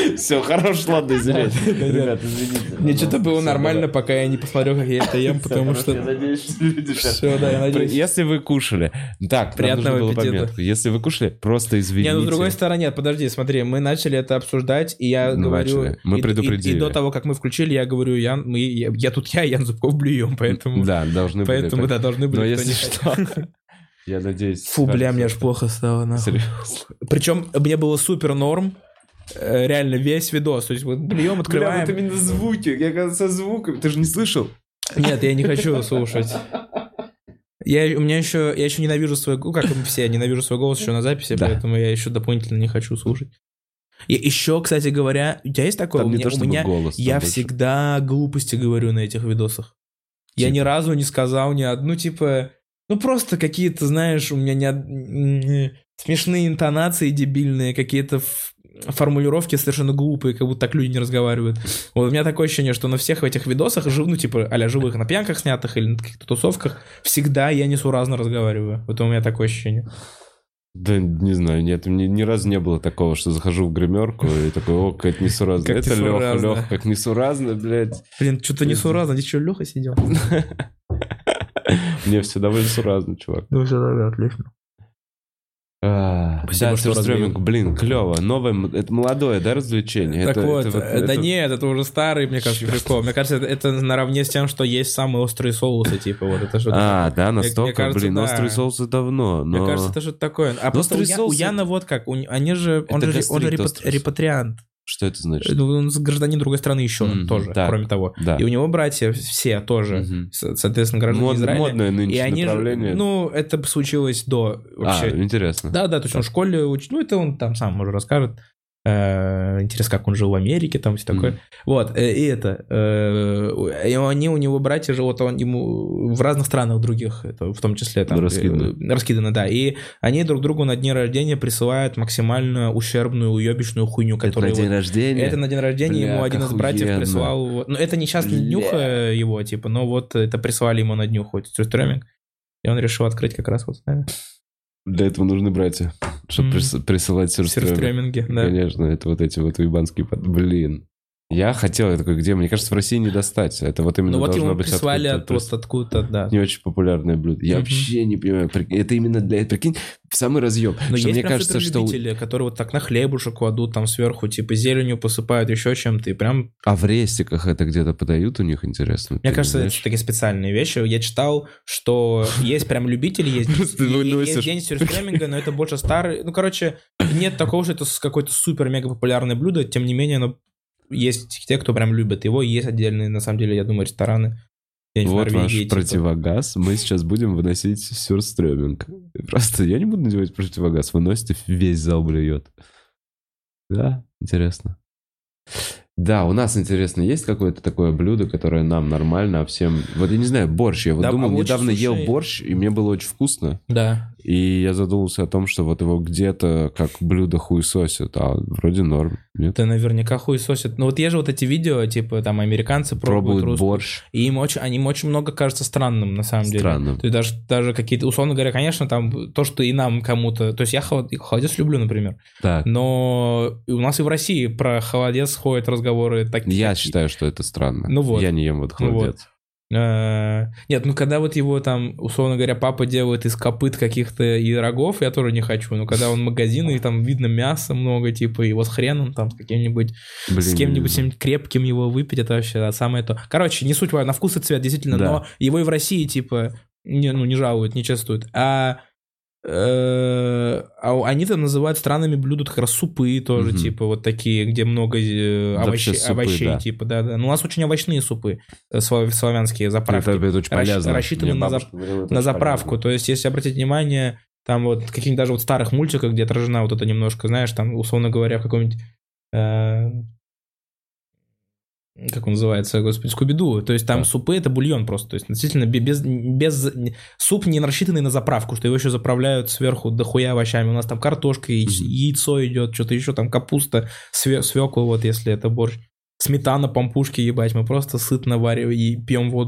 Все, хорош, ладно, извините. Ребят, извините. Мне что-то было нормально, пока я не посмотрел, как я это ем, потому что... Я надеюсь, что люди... Все, да, я надеюсь. Если вы кушали... Так, приятного аппетита. Если вы кушали, просто извините. Не, ну с другой стороны, нет, подожди, смотри, мы начали это обсуждать, и я говорю... Мы предупредили. И до того, как мы включили, я говорю, я тут я, Ян Зубков блюем, поэтому... Да, должны были. Поэтому, да, должны были. Но если что... Я надеюсь... Фу, бля, мне аж плохо стало, нахуй. Причем мне было супер норм, реально весь видос. То есть вот блюем, открываем... Бля, вот именно звуки, я когда со звуком, ты же не слышал? Нет, я не хочу слушать. Я, у меня еще, я еще ненавижу свой голос, как и все, я ненавижу свой голос еще на записи, да. Поэтому я еще дополнительно не хочу слушать. И еще, кстати говоря, у тебя есть такое? Там у не меня, то, у меня голос, я больше. всегда глупости говорю на этих видосах. Я типа. Ни разу не сказал ни одну, типа... Ну, просто какие-то, знаешь, у меня не... смешные интонации дебильные, какие-то формулировки совершенно глупые, как будто так люди не разговаривают. Вот у меня такое ощущение, что на всех этих видосах, ну, типа, а-ля живых на пьянках снятых или на каких-то тусовках, всегда я несуразно разговариваю. Вот у меня такое ощущение. Да, не знаю, нет, ни, ни разу не было такого, что захожу в гримерку и такой, о, как несуразно. Как это Леха, Леха, как несуразно, блядь. Блин, что-то несуразно, здесь что, Леха сидел? Мне все довольно суразно, чувак. Ну, все, да, отлично. А, Спасибо, да, что Сюрстреминг, блин, клево. Новое, это молодое, да, развлечение? Так это, вот, это, да это... нет, это уже старый, мне кажется, Черт. прикол. Мне кажется, это, это наравне с тем, что есть самые острые соусы, типа, вот это что-то. А, да, настолько, мне кажется, блин, да. острые соусы давно, но... Мне кажется, это что-то такое. А просто у, Я, соусы... у Яна вот как, у, они же, он это же, он же репат, острый. репатриант. Что это значит? Ну, он гражданин другой страны еще Mm-hmm, тоже, так, кроме того. Да. И у него братья все тоже, Mm-hmm. соответственно, граждане Мод, Израиля. Модное нынче и они направление. Же, ну, это случилось до вообще. А, интересно. Да, да, то есть он в школе учит, ну, это он там сам уже расскажет. Э, интересно, как он жил в Америке, там все такое. Mm-hmm. Вот, э, и это. Э, и они, у него братья живут, он ему в разных странах других, это, в том числе там... Раскиданы. Э, раскиданы, да. И они друг другу на дни рождения присылают максимально ущербную, уебищную хуйню, которая... Это на день вот, рождения? Это на день рождения, Бля, ему один из братьев охуенно. прислал... Вот, ну, это не часто не днюха его, типа, но вот это прислали ему на днюху, Сюрстреминг, и он решил открыть как раз вот с нами. Для этого нужны братья, чтобы mm. присылать сюрстреминги. Да. Конечно, это вот эти вот уебанские... Блин. Я хотел, я такой, где? Мне кажется, в России не достать. Это вот именно ну, вот должно ему быть прислали откуда-то. От, вот откуда-то, да. Не очень популярное блюдо. Я mm-hmm. вообще не понимаю. Это именно для... Прикинь, в самый разъем. Но что есть мне прям кажется, что... любители, которые вот так на хлебушек кладут там сверху, типа зеленью посыпают, еще чем-то, и прям... А в рестиках это где-то подают у них, интересно? Мне кажется, это такие специальные вещи. Я читал, что есть прям любители, есть, есть день сюрстреминга, но это больше старый... Ну, короче, нет такого, что это какое-то супер-мега популярное блюдо, тем не менее, оно... Есть те, кто прям любит его, есть отдельные, на самом деле, я думаю, рестораны. Вот ваш типа. противогаз. Мы сейчас будем выносить сюрстреминг. Просто я не буду надевать противогаз. Выносите, весь зал блюет. Да, интересно. Да, у нас, интересно, есть какое-то такое блюдо, которое нам нормально, а всем... Вот я не знаю, борщ. Я вот да, думал, а недавно слушай... ел борщ, и мне было очень вкусно. Да. И я задумался о том, что вот его где-то как блюдо хуесосят, а вроде норм. Нет? Да наверняка хуесосят. Ну вот есть же вот эти видео, типа там американцы пробуют, пробуют борщ. И им очень, они им очень много кажется странным, на самом деле. Странным. То есть даже, даже какие-то, условно говоря, конечно, там то, что и нам кому-то... То есть я холодец люблю, например. Так. Но у нас и в России про холодец ходят разговоры такие. Я такие. считаю, что это странно. Ну вот. Я не ем вот холодец. Ну вот. Нет, ну когда вот его там, условно говоря, папа делает из копыт каких-то и рогов, я тоже не хочу. Но когда он в магазин, и там видно мяса много, типа, его с хреном, там, с каким-нибудь, Блин, с кем-нибудь крепким его выпить, это вообще да, самое то. Короче, не суть, на вкус и цвет, действительно, да. Но его и в России, типа, не, ну, не жалуют, не чествуют. А... А они там называют странными блюда как раз супы тоже, угу. типа вот такие, где много овощей, супы, овощей да. типа, да, да. Ну, у нас очень овощные супы, славянские заправки. Это, это очень полезно. Рассчитаны на, зап... говорила, на заправку. Полезно. То есть, если обратить внимание, там вот каких-нибудь даже вот старых мультиках, где отражена вот это немножко, знаешь, там, условно говоря, в каком-нибудь... Э... как он называется, господи, Скуби-Ду. То есть там да. супы — это бульон просто. То есть действительно без, без... суп не рассчитанный на заправку, что его еще заправляют сверху дохуя овощами. У нас там картошка, mm-hmm. яйцо идет, что-то еще там, капуста, све- свекла, вот если это борщ. Сметана, пампушки, ебать. Мы просто сытно варим и пьем воду.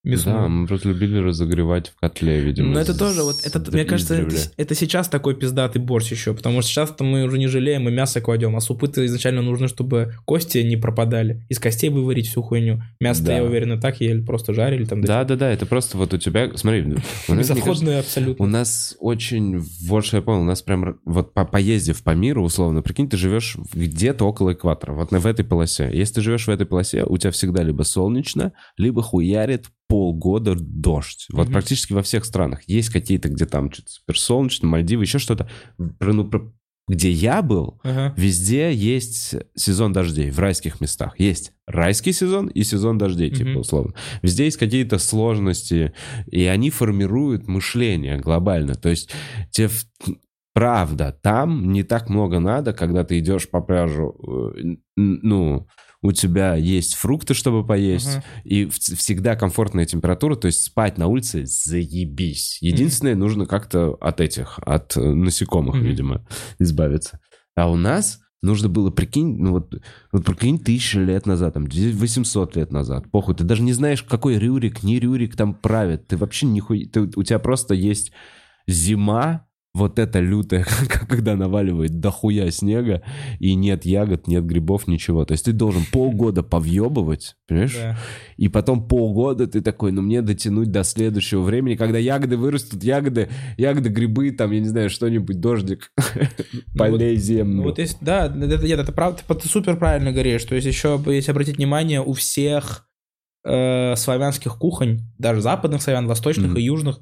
мясную. Да, мы просто любили разогревать в котле, видимо. Но это тоже, вот, это, мне кажется, это, это сейчас такой пиздатый борщ еще, потому что сейчас-то мы уже не жалеем и мясо кладем, а супы-то изначально нужны, чтобы кости не пропадали. Из костей выварить всю хуйню. Мясо-то, да. Я уверен, и так ели, просто жарили там. Да-да-да, это просто вот у тебя, смотри, безотходное абсолютно. У нас очень, вот что я понял, у нас прям вот по поездив по миру, условно, прикинь, ты живешь где-то около экватора, вот в этой полосе. Если ты живешь в этой полосе, у тебя всегда либо солнечно, либо хуярит полгода дождь. Вот mm-hmm. практически во всех странах. Есть какие-то, где там что-то суперсолнечно, Мальдивы, еще что-то. Ну, где я был, uh-huh. везде есть сезон дождей в райских местах. Есть райский сезон и сезон дождей, mm-hmm. типа, условно. Везде есть какие-то сложности, и они формируют мышление глобально. То есть тебе... Правда, там не так много надо, когда ты идешь по пляжу, ну, у тебя есть фрукты, чтобы поесть, uh-huh. и в- всегда комфортная температура, то есть спать на улице заебись. Единственное, uh-huh. нужно как-то от этих, от насекомых, uh-huh. видимо, избавиться. А у нас нужно было, прикинь, ну вот, вот прикинь, тысячу лет назад, там, восемьсот лет назад, похуй, ты даже не знаешь, какой Рюрик, не Рюрик там правит, ты вообще нихуя, ты, у тебя просто есть зима, вот это лютое, когда наваливает дохуя снега, и нет ягод, нет грибов, ничего. То есть ты должен полгода повъебывать, понимаешь? Да. И потом полгода ты такой, ну мне дотянуть до следующего времени, когда ягоды вырастут, ягоды, ягоды, грибы, там, я не знаю, что-нибудь, дождик, полей, землю. Ну вот есть, да, это, нет, это правда, ты супер правильно говоришь. То есть еще, если обратить внимание, у всех э, славянских кухонь, даже западных славян, восточных mm-hmm. и южных,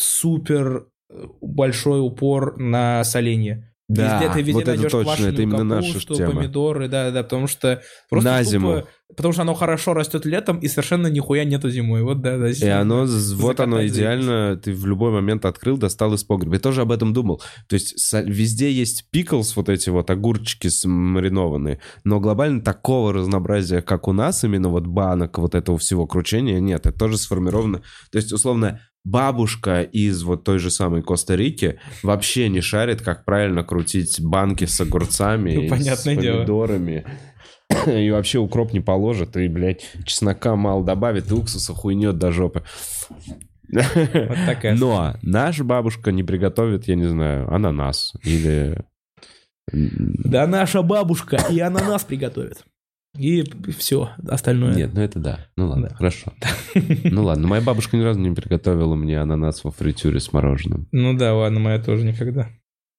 супер большой упор на соленье. Да, везде ты везде вот найдешь это точно, это именно капусту, наша тема. Помидоры, да, да, потому что просто на тупо, зиму. Потому что оно хорошо растет летом и совершенно нихуя нету зимой. Вот, да, да. И оно, вот оно идеально, ты в любой момент открыл, достал из погреба. Я тоже об этом думал. То есть везде есть пиклс, вот эти вот огурчики маринованные, но глобально такого разнообразия, как у нас, именно вот банок вот этого всего кручения, нет. Это тоже сформировано. То есть, условно, бабушка из вот той же самой Коста-Рики вообще не шарит, как правильно крутить банки с огурцами, ну, и с помидорами. Дело. И вообще укроп не положит, и, блядь, чеснока мало добавит, и уксуса хуйнет до жопы. Вот такая. Но наша бабушка не приготовит, я не знаю, ананас или... Да наша бабушка и ананас приготовит. И все, остальное. Нет, ну это да. Ну ладно, да. Хорошо. Ну ладно, моя бабушка ни разу не приготовила мне ананас во фритюре с мороженым. Ну да, ладно, моя тоже никогда.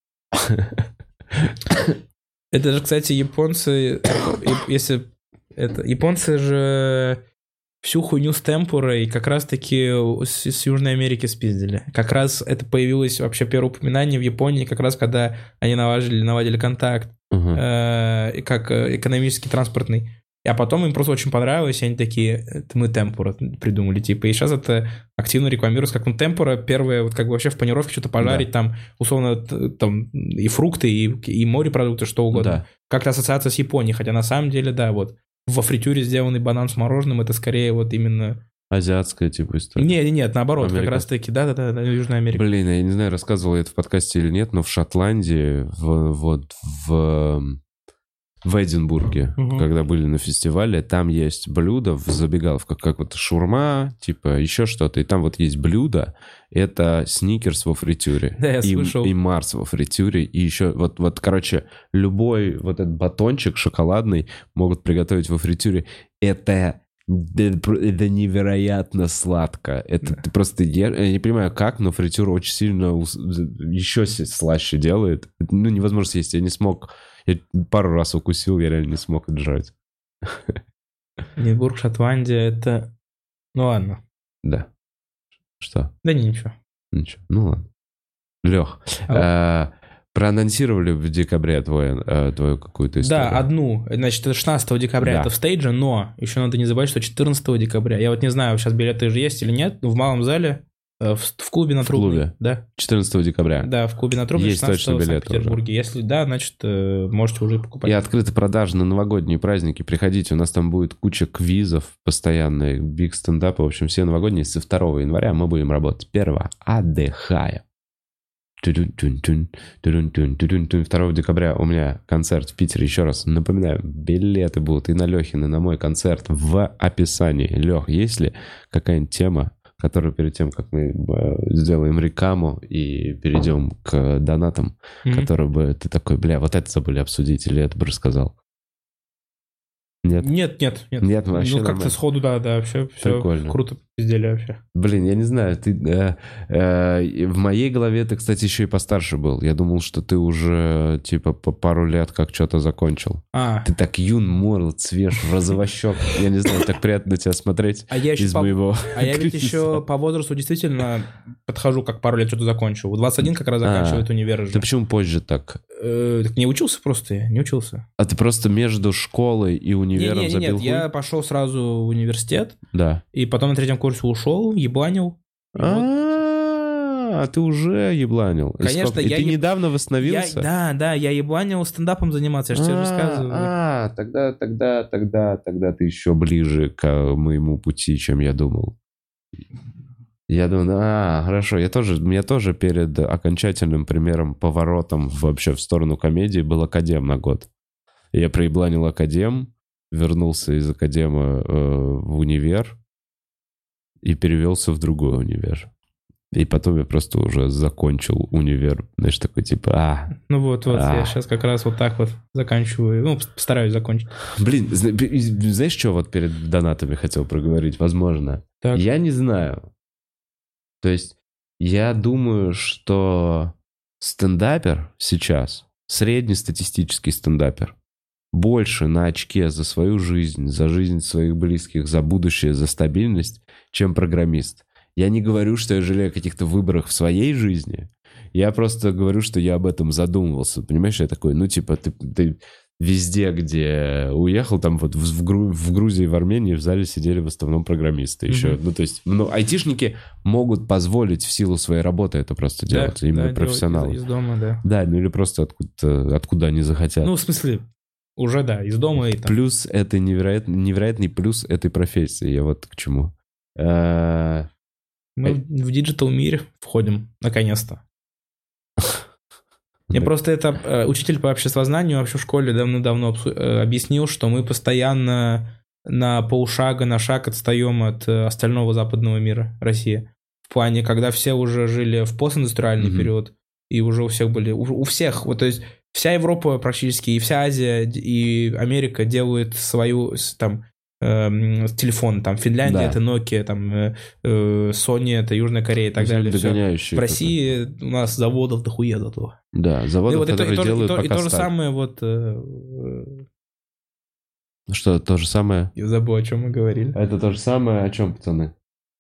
Это же, кстати, японцы, если это японцы же всю хуйню с темпурой как раз-таки с, с Южной Америки спиздили. Как раз это появилось вообще первое упоминание в Японии, как раз когда они наладили, наладили контакт, uh-huh. э, как экономический, транспортный. А потом им просто очень понравилось, и они такие, это мы темпура придумали, типа, и сейчас это активно рекламируется, как, ну, темпура, первое, вот как бы вообще в панировке что-то пожарить, да. Там, условно, там и фрукты, и, и морепродукты, что угодно. Да. Как-то ассоциация с Японией, хотя на самом деле, да, вот, во фритюре сделанный банан с мороженым, это скорее вот именно... Азиатская, типа, история. Нет, нет, наоборот, Америка. Как раз-таки, да-да-да, да, Южная Америка. Блин, я не знаю, рассказывал я это в подкасте или нет, но в Шотландии, в, вот в... В Эдинбурге, угу. когда были на фестивале, там есть блюдо в забегаловках, как вот шаурма, типа еще что-то. И там вот есть блюдо, это сникерс во фритюре. Да, я и, слышал. И Марс во фритюре. И еще вот, вот, короче, любой вот этот батончик шоколадный могут приготовить во фритюре. Это... Это невероятно сладко. Это да. Ты просто ешь... Я не понимаю, как, но фритюр очень сильно еще слаще делает. Ну, невозможно съесть. Я не смог... Я пару раз укусил, я реально не смог отжать. Эдинбург, Шотландия, это... Ну ладно. Да. Что? Да не, ничего. Ничего. Ну ладно. Лех, а а, проанонсировали в декабре твою, твою какую-то историю? Да, одну. Значит, шестнадцатого декабря да. это в стейдже, но еще надо не забывать, что четырнадцатого декабря. Я вот не знаю, сейчас билеты же есть или нет, в малом зале, в, в клубе на Трубной. В клубе? Да. четырнадцатого декабря. Да, в клубе на Трубной, есть точно билеты в Санкт-Петербурге. Уже. Если да, значит, можете уже покупать. И открыты продажи на новогодние праздники. Приходите, у нас там будет куча квизов постоянных, биг стендапы. В общем, все новогодние со второго января мы будем работать. Первого отдыхая. второго декабря у меня концерт в Питере. Еще раз напоминаю, билеты будут и на Лехин, и на мой концерт в описании. Лех, есть ли какая-нибудь тема, которую перед тем, как мы сделаем рекламу и перейдем к донатам, mm-hmm. которую бы ты такой, бля, вот это забыли обсудить, или это бы рассказал? Нет? Нет, нет, нет. Нет, вообще ну, как-то нормально. Сходу, да, да, все, все круто пиздели вообще. Блин, я не знаю, ты э, э, в моей голове ты, кстати, еще и постарше был. Я думал, что ты уже, типа, по пару лет как что-то закончил. А. Ты так юн, молод, свеж, розовощек. Я не знаю, так приятно тебя смотреть а я из по... моего А я ведь еще по возрасту действительно подхожу, как пару лет что-то закончил. В двадцать один как раз заканчивает а, универ же. Ты почему позже так? Э, так не учился просто я, не учился. А ты просто между школой и универом не, не, забил Нет, хуй? я пошел сразу в университет. Да. И потом на третьем курсе ушел, ебланил. А, ты уже ебланил. Конечно, и я ты еб... недавно восстановился? Я, да, да, я ебланил стендапом заниматься, я же тебе рассказываю. А, тогда, тогда, тогда, тогда ты еще ближе к моему пути, чем я думал. Я думаю, а, хорошо, я тоже, у меня тоже перед окончательным примером, поворотом вообще в сторону комедии был академ на год. Я проебланил академ, вернулся из академа э, в универ и перевелся в другой универ. И потом я просто уже закончил универ. Знаешь, такой типа, а... Ну вот, вот, а. я сейчас как раз вот так вот заканчиваю. Ну, постараюсь закончить. Блин, знаешь, что вот перед донатами хотел проговорить? Возможно. Так. Я не знаю. То есть, я думаю, что стендапер сейчас, среднестатистический стендапер, больше на очке за свою жизнь, за жизнь своих близких, за будущее, за стабильность, чем программист. Я не говорю, что я жалею о каких-то выборах в своей жизни. Я просто говорю, что я об этом задумывался. Понимаешь, я такой, ну, типа, ты, ты везде, где уехал, там вот в, в, Гру, в Грузии, в Армении в зале сидели в основном программисты еще. Mm-hmm. Ну, то есть, ну, айтишники могут позволить в силу своей работы это просто да, делать. Именно да, профессионалы. Из, из дома, да. Да, ну или просто откуда, откуда они захотят. Ну, в смысле... Уже, да, из дома и там. Плюс это невероятный, невероятный плюс этой профессии. Я вот к чему. А... Мы в диджитал мире входим, наконец-то. Мне просто это учитель по обществознанию вообще в школе давно-давно объяснил, что мы постоянно на полшага, на шаг отстаем от остального западного мира, России. В плане, когда все уже жили в постиндустриальный mm-hmm. период, и уже у всех были... У, у всех, вот, то есть вся Европа практически, и вся Азия, и Америка делают свою, там, э, телефон, там, Финляндия, да. это Nokia, там, э, Sony, это Южная Корея и так далее. Все. В России у нас заводов дохуя зато. Да, заводов, и вот которые и делают то, пока и то, и то же сталь. самое вот... Э, Что, то же самое? Я забыл, о чем мы говорили. Это то же самое, о чем, пацаны?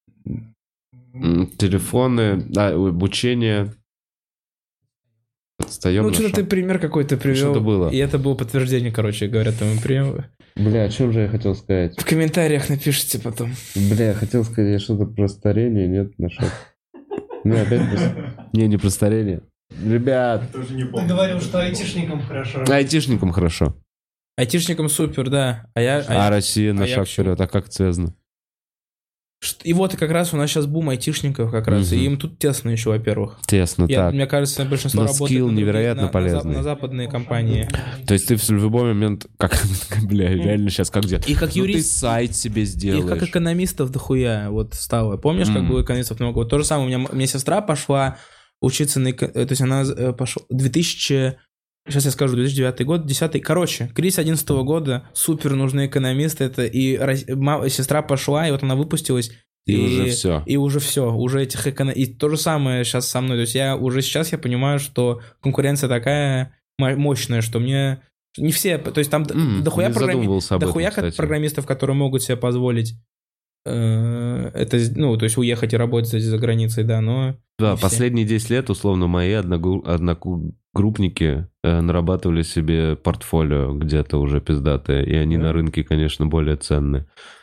Телефоны, да, обучение... Отстаем ну, что-то ты пример какой-то привел. Что-то было. И это было подтверждение, короче говоря, тому примеру. Бля, о чем же я хотел сказать? В комментариях напишите потом. Бля, я хотел сказать, я что-то про старение, нет, нашел. Ну, опять про... Не, не про старение. Ребят. Тоже не помню. Ты говорил, что айтишникам хорошо. Айтишникам хорошо. Айтишникам супер, да. А, я, а, а Россия на а шаг вперед, а как это связано? И вот как раз у нас сейчас бум айтишников как раз, угу. и им тут тесно еще, во-первых. Тесно, Я, так. Мне кажется, большинство но работает скилл на, невероятно на, полезный. на, на западные компании. То есть ты в любой момент, как, бля, реально сейчас как где-то. И как юрист, ну, ты сайт себе сделаешь. И как экономистов дохуя вот стало. Помнишь, mm. как было экономистов много? Вот то же самое, у меня, у меня сестра пошла учиться на... То есть она пошла... две тысячи... Сейчас я скажу, две тысячи девятый год, десятый. Короче, кризис две тысячи одиннадцатого года, супер нужны экономисты. Это и сестра пошла, и вот она выпустилась. И, и уже все. И уже все. Уже этих эконом... И то же самое сейчас со мной. То есть я уже сейчас я понимаю, что конкуренция такая мощная, что мне... Не все... То есть там mm, дохуя, программи... дохуя этом, программистов, которые могут себе позволить э, это, ну, то есть уехать и работать за границей, да, но... Да, последние десять лет, условно, мои одногру... одногруппники э, нарабатывали себе портфолио где-то уже пиздатое, и они да. на рынке, конечно, более ценны.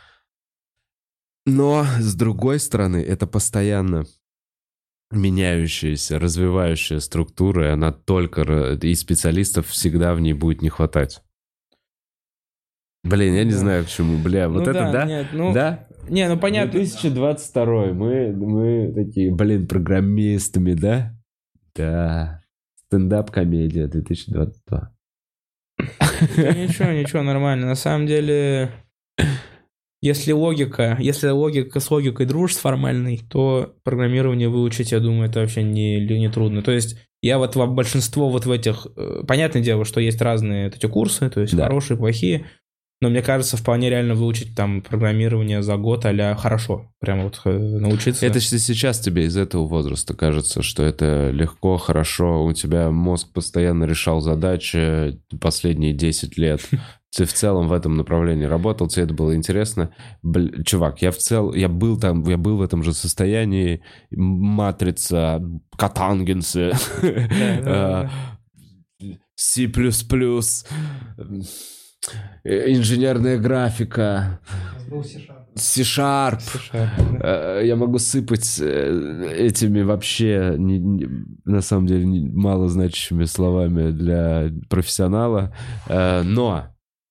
Но, с другой стороны, это постоянно меняющаяся, развивающая структура, и она только... И специалистов всегда в ней будет не хватать. Блин, я не да. знаю, к чему. Бля, вот ну, это да? Да? Нет, ну, да? Не, ну понятно. две тысячи двадцать второй. Мы, мы такие, блин, программистами, да? Да. Стендап-комедия две тысячи двадцать два. Да ничего, ничего, нормально. На самом деле, если логика, если логика с логикой дружишь с формальной, то программирование выучить, я думаю, это вообще не, не трудно. То есть я вот во большинство вот в этих... Понятное дело, что есть разные эти курсы, то есть Да. хорошие, плохие, но мне кажется, вполне реально выучить там программирование за год а-ля хорошо. Прям вот научиться. Это же сейчас тебе из этого возраста кажется, что это легко, хорошо. У тебя мозг постоянно решал задачи последние десять лет. Ты в целом в этом направлении работал, тебе это было интересно. Бл... Чувак, я в целом, я был там, я был в этом же состоянии. Матрица, катангенсы, C++, инженерная графика, C-Sharp. Я могу сыпать этими вообще не, не, на самом деле не, малозначащими словами для профессионала. Но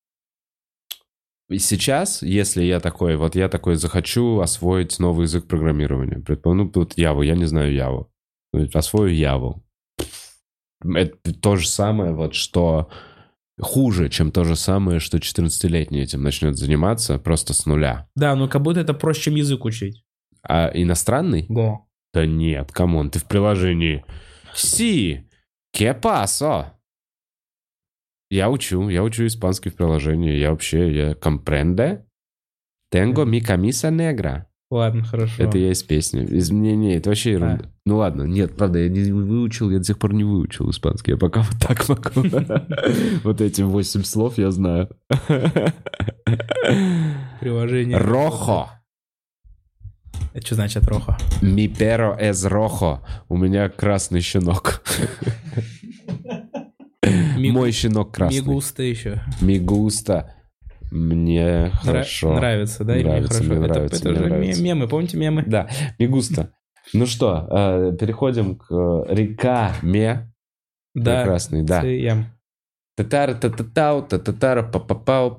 сейчас, если я такой, вот я такой захочу освоить новый язык программирования, предположим, ну тут Java, я не знаю Java, освою Java. Это то же самое, вот что хуже, чем то же самое, что четырнадцатилетний этим начнет заниматься просто с нуля. Да, но как будто это проще, чем язык учить. А иностранный? Да. Да нет, камон, ты в приложении. Си, que paso? Я учу, я учу испанский в приложении. Я вообще, я comprende? Tengo mi camisa negra. Ладно, хорошо. Это я из песни. Из мнения, это вообще ерунда. А. Ну ладно, нет, правда, я не выучил, я до сих пор не выучил испанский. Я пока вот так могу. Вот эти восемь слов я знаю. Приложение. Рохо. Это что значит рохо? Mi perro es rojo. У меня красный щенок. Мой щенок красный. Мигуста еще. Мигуста. Мне Нра- хорошо. Нравится, да? Нравится, Или мне мне хорошо? нравится, это мне это нравится. же мемы, помните мемы? Да, Мигуста. Ну что, э, переходим к река Ме. Да. Прекрасный, да. Ц-ем. Татара тататау, тататара папапау,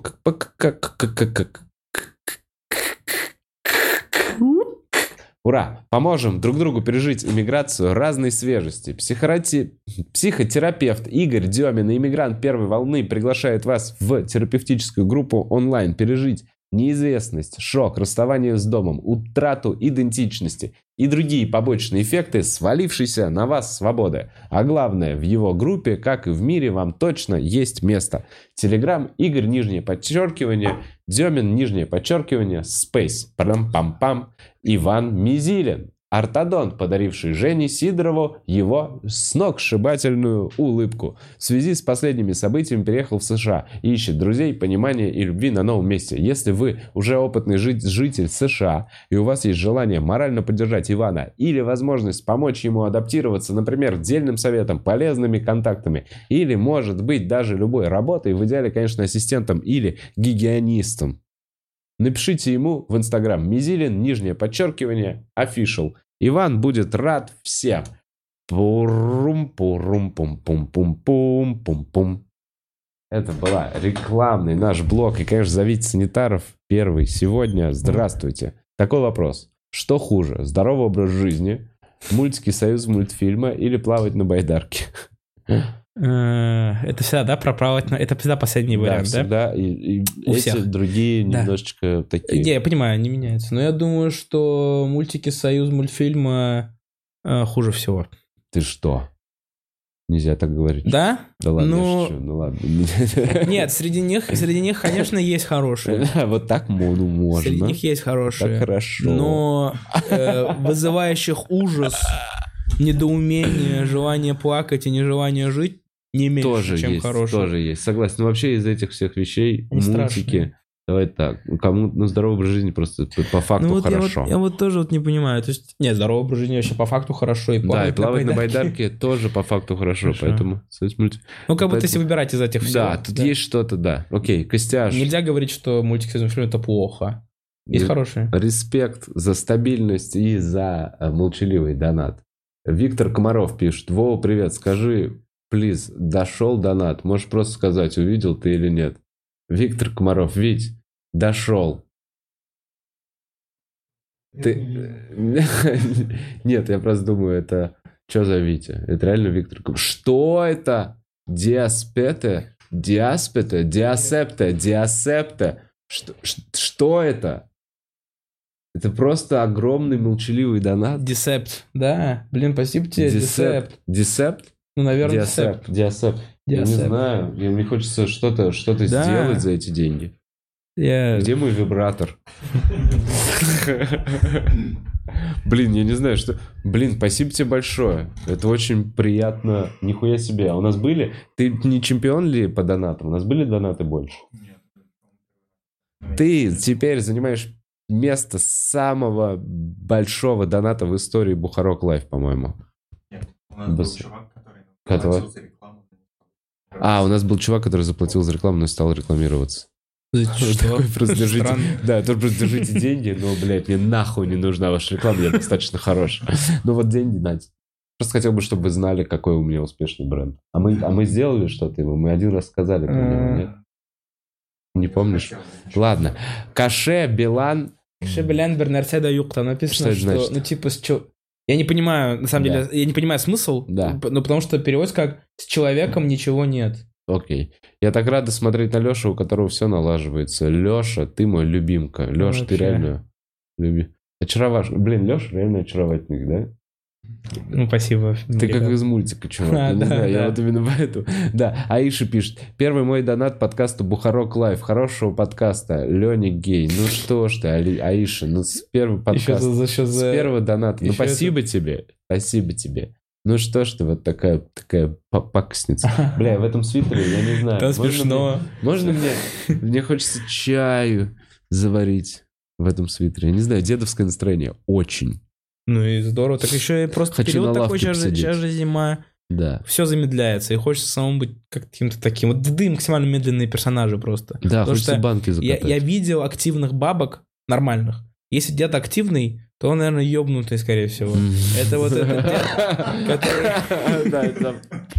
Ура! Поможем друг другу пережить иммиграцию разной свежести. Психотерапевт, психотерапевт Игорь Демин, иммигрант первой волны, приглашает вас в терапевтическую группу онлайн пережить неизвестность, шок, расставание с домом, утрату идентичности и другие побочные эффекты свалившейся на вас свободы. А главное, в его группе, как и в мире, вам точно есть место. Телеграм Игорь, нижнее подчеркивание, Демин, нижнее подчеркивание, Space, пам-пам-пам, Иван Мизилин. Ортодонт, подаривший Жене Сидорову его сногсшибательную улыбку. В связи с последними событиями переехал в США и ищет друзей, понимания и любви на новом месте. Если вы уже опытный житель США и у вас есть желание морально поддержать Ивана или возможность помочь ему адаптироваться, например, дельным советом, полезными контактами или, может быть, даже любой работой, в идеале, конечно, ассистентом или гигиенистом, напишите ему в Инстаграм Мизилин, нижнее подчеркивание, official. Иван будет рад всем. Пурум-пурум-пум-пум-пум-пум-пум-пум. Это была рекламный наш блог. И, конечно, зовите санитаров первый сегодня. Здравствуйте. Такой вопрос. Что хуже? Здоровый образ жизни, мультики союз мультфильма или плавать на байдарке? Это всегда, да, проплавать на... Это всегда последний вариант, да? Да, и, и У эти всех. другие Да. немножечко такие. Не, я понимаю, они меняются. Но я думаю, что мультики союз мультфильма э, хуже всего. Ты что? Нельзя так говорить. Да? Да ладно, Ну- я шучу, ну ладно. Нет, среди них, среди них, конечно, есть хорошие. Вот так ну, можно. Среди них есть хорошие. Так хорошо. Но э, вызывающих ужас, недоумение, желание плакать и нежелание жить не меньше, Тоже чем есть, хорошие. тоже есть. Согласен. Но вообще из этих всех вещей Они мультики... страшные. Давай так. Кому ну, здоровый образ жизни просто по- по факту Ну вот я, хорошо. вот я вот тоже вот не понимаю. То есть, нет, здоровый образ жизни вообще по факту хорошо. И Да, и плавать плавать на байдарке. байдарке тоже по факту хорошо. Хорошо. Поэтому... союз мульти- Ну, как будто Поэтому- если выбирать из этих всего. Да, тут есть что-то, да. Окей, Костяш. Нельзя говорить, что мультик союз мультфильм это плохо. Есть Ре- хорошие. Респект за стабильность и за э, молчаливый донат. Виктор Комаров пишет. Вова, привет, скажи, плиз, дошел донат? Можешь просто сказать, увидел ты или нет. Виктор Комаров, Вить, дошел. Ты... Нет, я просто думаю, это Что за Витя? Это реально Виктор Куб. Что это? Диаспете? Диаспете? Диасепте? Диасепте? Что, ш- что это? Это просто огромный молчаливый донат. Десепт. Да. Блин, спасибо тебе, Десепт. Десепт? Ну, наверное, Диасепт. Десепт. Диасепт. Я не Диасепт. знаю. Я- Мне хочется что-то, что-то Да. сделать за эти деньги. Я... Где мой вибратор? Блин, я не знаю, что... Блин, спасибо тебе большое. Это очень приятно. Нихуя себе. А у нас были... Ты не чемпион ли по донатам? У нас были донаты больше? Ты теперь занимаешь место самого большого доната в истории Бухарок Лайв, по-моему. Нет, у нас был Бас- чувак, который Который? заплатил за рекламу. А, у нас был чувак, который заплатил за рекламу, но стал рекламироваться. Такой просто держите... Странно. Да, тоже просто держите деньги, но, блядь, мне нахуй не нужна ваша реклама, я достаточно хорош. Ну вот деньги, Надь. Просто хотел бы, чтобы вы знали, какой у меня успешный бренд. А мы, а мы сделали что-то ему? Мы один раз сказали про него, нет? Не помнишь? Ладно. Каше, Билан... Шебелян Бернарседа Юкта написано, Что это что, значит? ну типа с чё... Я не понимаю, на самом Да. деле, я не понимаю смысл, Да. п- ну потому что переводится как «с человеком ничего нет». Окей. Я так рада смотреть на Лешу, у которого все налаживается. Леша, ты мой любимка. Леша, ты Вообще. реально... Люби... Очаровашка. Блин, Леша реально очаровательный, да? Ну, спасибо. Ты как ребят. из мультика, чувак. Я А, не да, знаю, я да. вот именно поэтому. Да, Аиша пишет. Первый мой донат подкасту Бухарок Лайв. Хорошего подкаста. Леня Гей. Ну что ж ты, Али- Аиша, ну с первого Еще подкаста. за, за, еще С за... первого доната. Ну еще спасибо тебе. Спасибо тебе. Ну что ж ты, вот такая, такая па- пакостница. Бля, в этом свитере, я не знаю. Это Можно смешно. мне- Можно мне... Мне хочется чаю заварить в этом свитере. Я не знаю, дедовское настроение. Очень. Ну и здорово. Так еще и просто Хочу период на такой, лавке сейчас же, посидеть. сейчас же зима, Да. все замедляется, и хочется самому быть каким-то таким. Вот Дды максимально медленные персонажи просто. Да, Потому хочется что банки Я, закатать. я видел активных бабок нормальных. Если дед активный, то он, наверное, ебнутый, скорее всего. Мгм. Это вот этот дед, который... Да, это-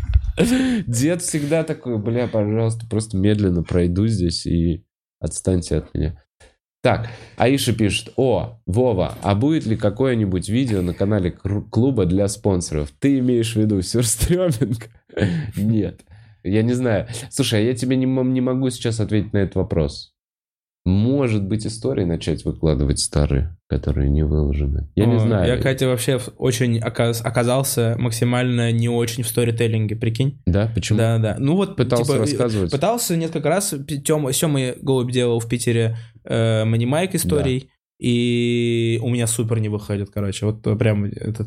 Дед всегда такой, бля, пожалуйста, просто медленно пройду здесь и отстаньте от меня. Так, Аиша пишет: о, Вова, а будет ли какое-нибудь видео на канале кру- клуба для спонсоров? Ты имеешь в виду сюрстреминг? Нет, я не знаю. Слушай, а я тебе не, м- не могу сейчас ответить на этот вопрос. Может быть, истории начать выкладывать старые, которые не выложены. Я не О, знаю. Я, Катя, вообще в- очень оказ- оказался максимально не очень в сторителлинге, прикинь? Да, почему? Да, да. Ну вот, Пытался типа, рассказывать. Пытался несколько раз. Тёма, Сёма Голубь делал в Питере э, манимайк историй, и у меня супер не выходит, короче. Вот э, прям этот...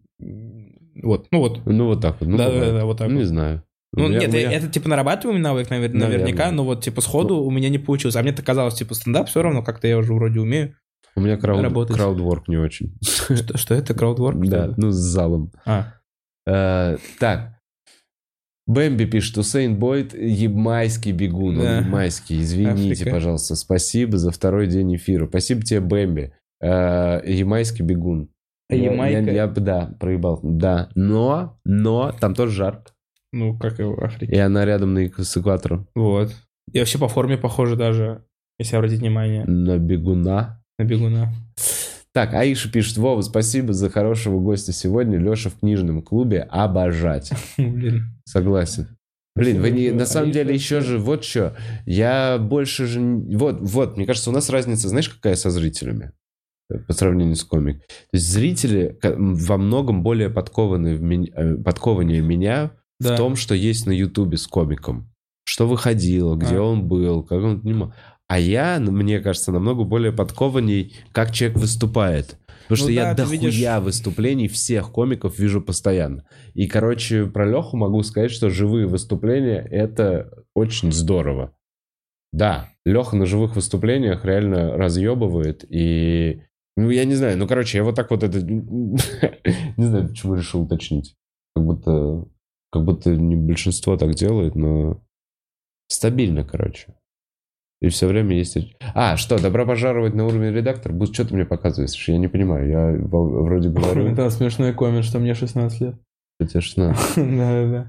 Вот, ну вот. Ну, вот так вот. Ну, Да, да, бывает. да, вот так Не вот. знаю. Ну, У меня- нет, у меня- это типа нарабатываемый навык, навер- наверняка, Наверное. но вот типа сходу у меня не получилось. А мне-то казалось, типа стендап все равно, как-то я уже вроде умею. У меня крауд, работать. краудворк не очень. Что, что это, краудворк? что Да, это? ну с залом. А, Э, Так. Бэмби пишет: Усейн Бойт ямайский бегун. Он Да. ямайский. Извините, Африка. пожалуйста. Спасибо за второй день эфира. Спасибо тебе, Бэмби. Э, Ямайский бегун. А Я- Ямайка? Я, я бы, да, проебал. Да. Но, но, там тоже жарко. ну как и в Африке. И она рядом на, эк- с экватором. Вот. И вообще по форме похоже даже, если обратить внимание, На бегуна. на бегуна. Так, Аиша пишет: Вова, спасибо за хорошего гостя сегодня. Леша в книжном клубе. Обожать. Блин. Согласен. Блин, вы не, Спасибо, на самом Аиша. деле еще же, вот что, я больше же, не- вот, вот, мне кажется, у нас разница, знаешь, какая со зрителями э, по сравнению с комик. То есть зрители ка- м, во многом более подкованы в меня, э, подкованнее меня Да. в том, что есть на Ютубе с комиком. Что выходило, где А. он был, как он снимал. А я, н- мне кажется, намного более подкованней, как человек выступает. Потому что Ну я да, ты дохуя видишь- выступлений всех комиков вижу постоянно. И, короче, про Леху могу сказать, что живые выступления — это очень здорово. Да, Леха на живых выступлениях реально разъебывает. И, ну, я не знаю, ну, короче, я вот так вот это... Не знаю, почему решил уточнить. Как будто, как будто не большинство так делает, но стабильно, короче. И все время есть... А, что, добро пожаловать на уровень редактор? Бус, что ты мне показываешь? Я не понимаю. Я во- вроде говорю, Да, смешной коммент, что мне шестнадцать лет. что тебе шестнадцать. Да-да-да.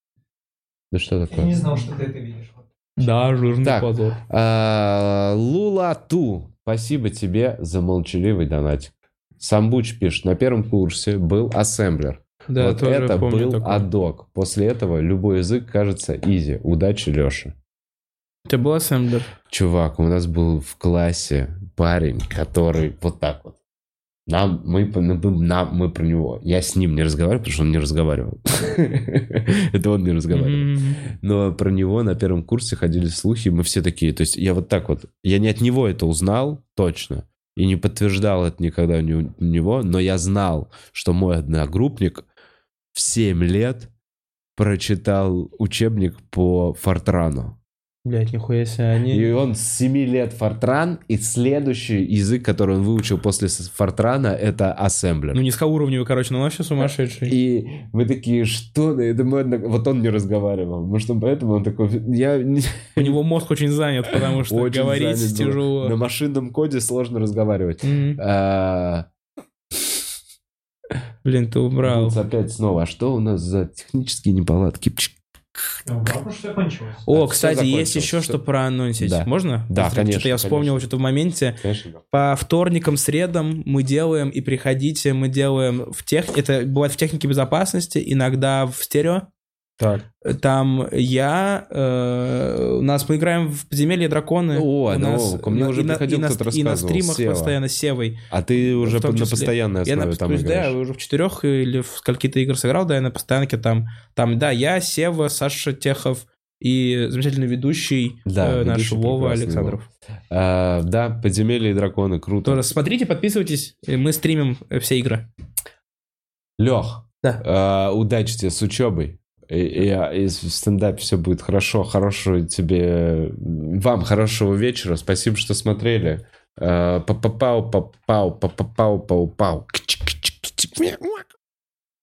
Да что Я такое? не знал, что ты это видишь. Вот. Да, жирный Так. позор. А, Лулату, спасибо тебе за молчаливый донатик. Самбуч пишет: на первом курсе был ассемблер. Да, вот тоже это помню был такое. адок. После этого любой язык кажется изи. Удачи, Леша. У тебя был ассемблер? Чувак, у нас был в классе парень, который вот так вот. Нам, мы, нам, мы про него. Я с ним не разговаривал, потому что он не разговаривал. Это он не разговаривал. Но про него на первом курсе ходили слухи, мы все такие. То есть я вот так вот, я не от него это узнал точно, и не подтверждал это никогда у него, но я знал, что мой одногруппник в семь лет прочитал учебник по Фортрану. Блять, нихуя себе, они... И он с семи лет Фортран, и следующий язык, который он выучил после Фортрана, это ассемблер. Ну, низкоуровневый, короче, но он вообще сумасшедший. И мы такие, что? Это мой одног... Вот он не разговаривал. Может, он поэтому он такой... Я... У него мозг очень занят, потому что Очень говорить занят был. тяжело. На машинном коде сложно разговаривать. Мгм. А, Блин, ты убрал. вот опять снова. А что у нас за технические неполадки? Пчик. Ну, потому что все кончилось. О, всё кстати, есть закончилось. еще Всё. что проанонсить. Да. Можно? Да, Быстро? конечно, Что-то я вспомнил конечно. что-то в моменте. Конечно. По вторникам, средам мы делаем, и приходите, мы делаем в тех... Это бывает в технике безопасности, иногда в стерео. Так. Там я... э, у нас мы играем в «Подземелье драконы». О, у ну, нас, ко мне на- уже и на- приходил и на, кто-то и на рассказывал, стримах Сева. постоянно с Севой. А ты уже В том на числе. постоянной Я основе на, там то есть, играешь? да, уже в четырех или в скольки-то игр сыграл, да, я на постоянке там. Там, да, я, Сева, Саша Техов и замечательный ведущий, Да, э, наш ведущий Вова прекрасный Александров. А, да, «Подземелье и драконы», круто. Тоже смотрите, подписывайтесь, и мы стримим э, все игры. Лех, Да. а, удачи тебе с учебой. И, и, и в стендапе все будет хорошо. Хорошего тебе... Вам хорошего вечера. Спасибо, что смотрели. А, па-па-пау, па-пау, па-па-пау, пау-пау.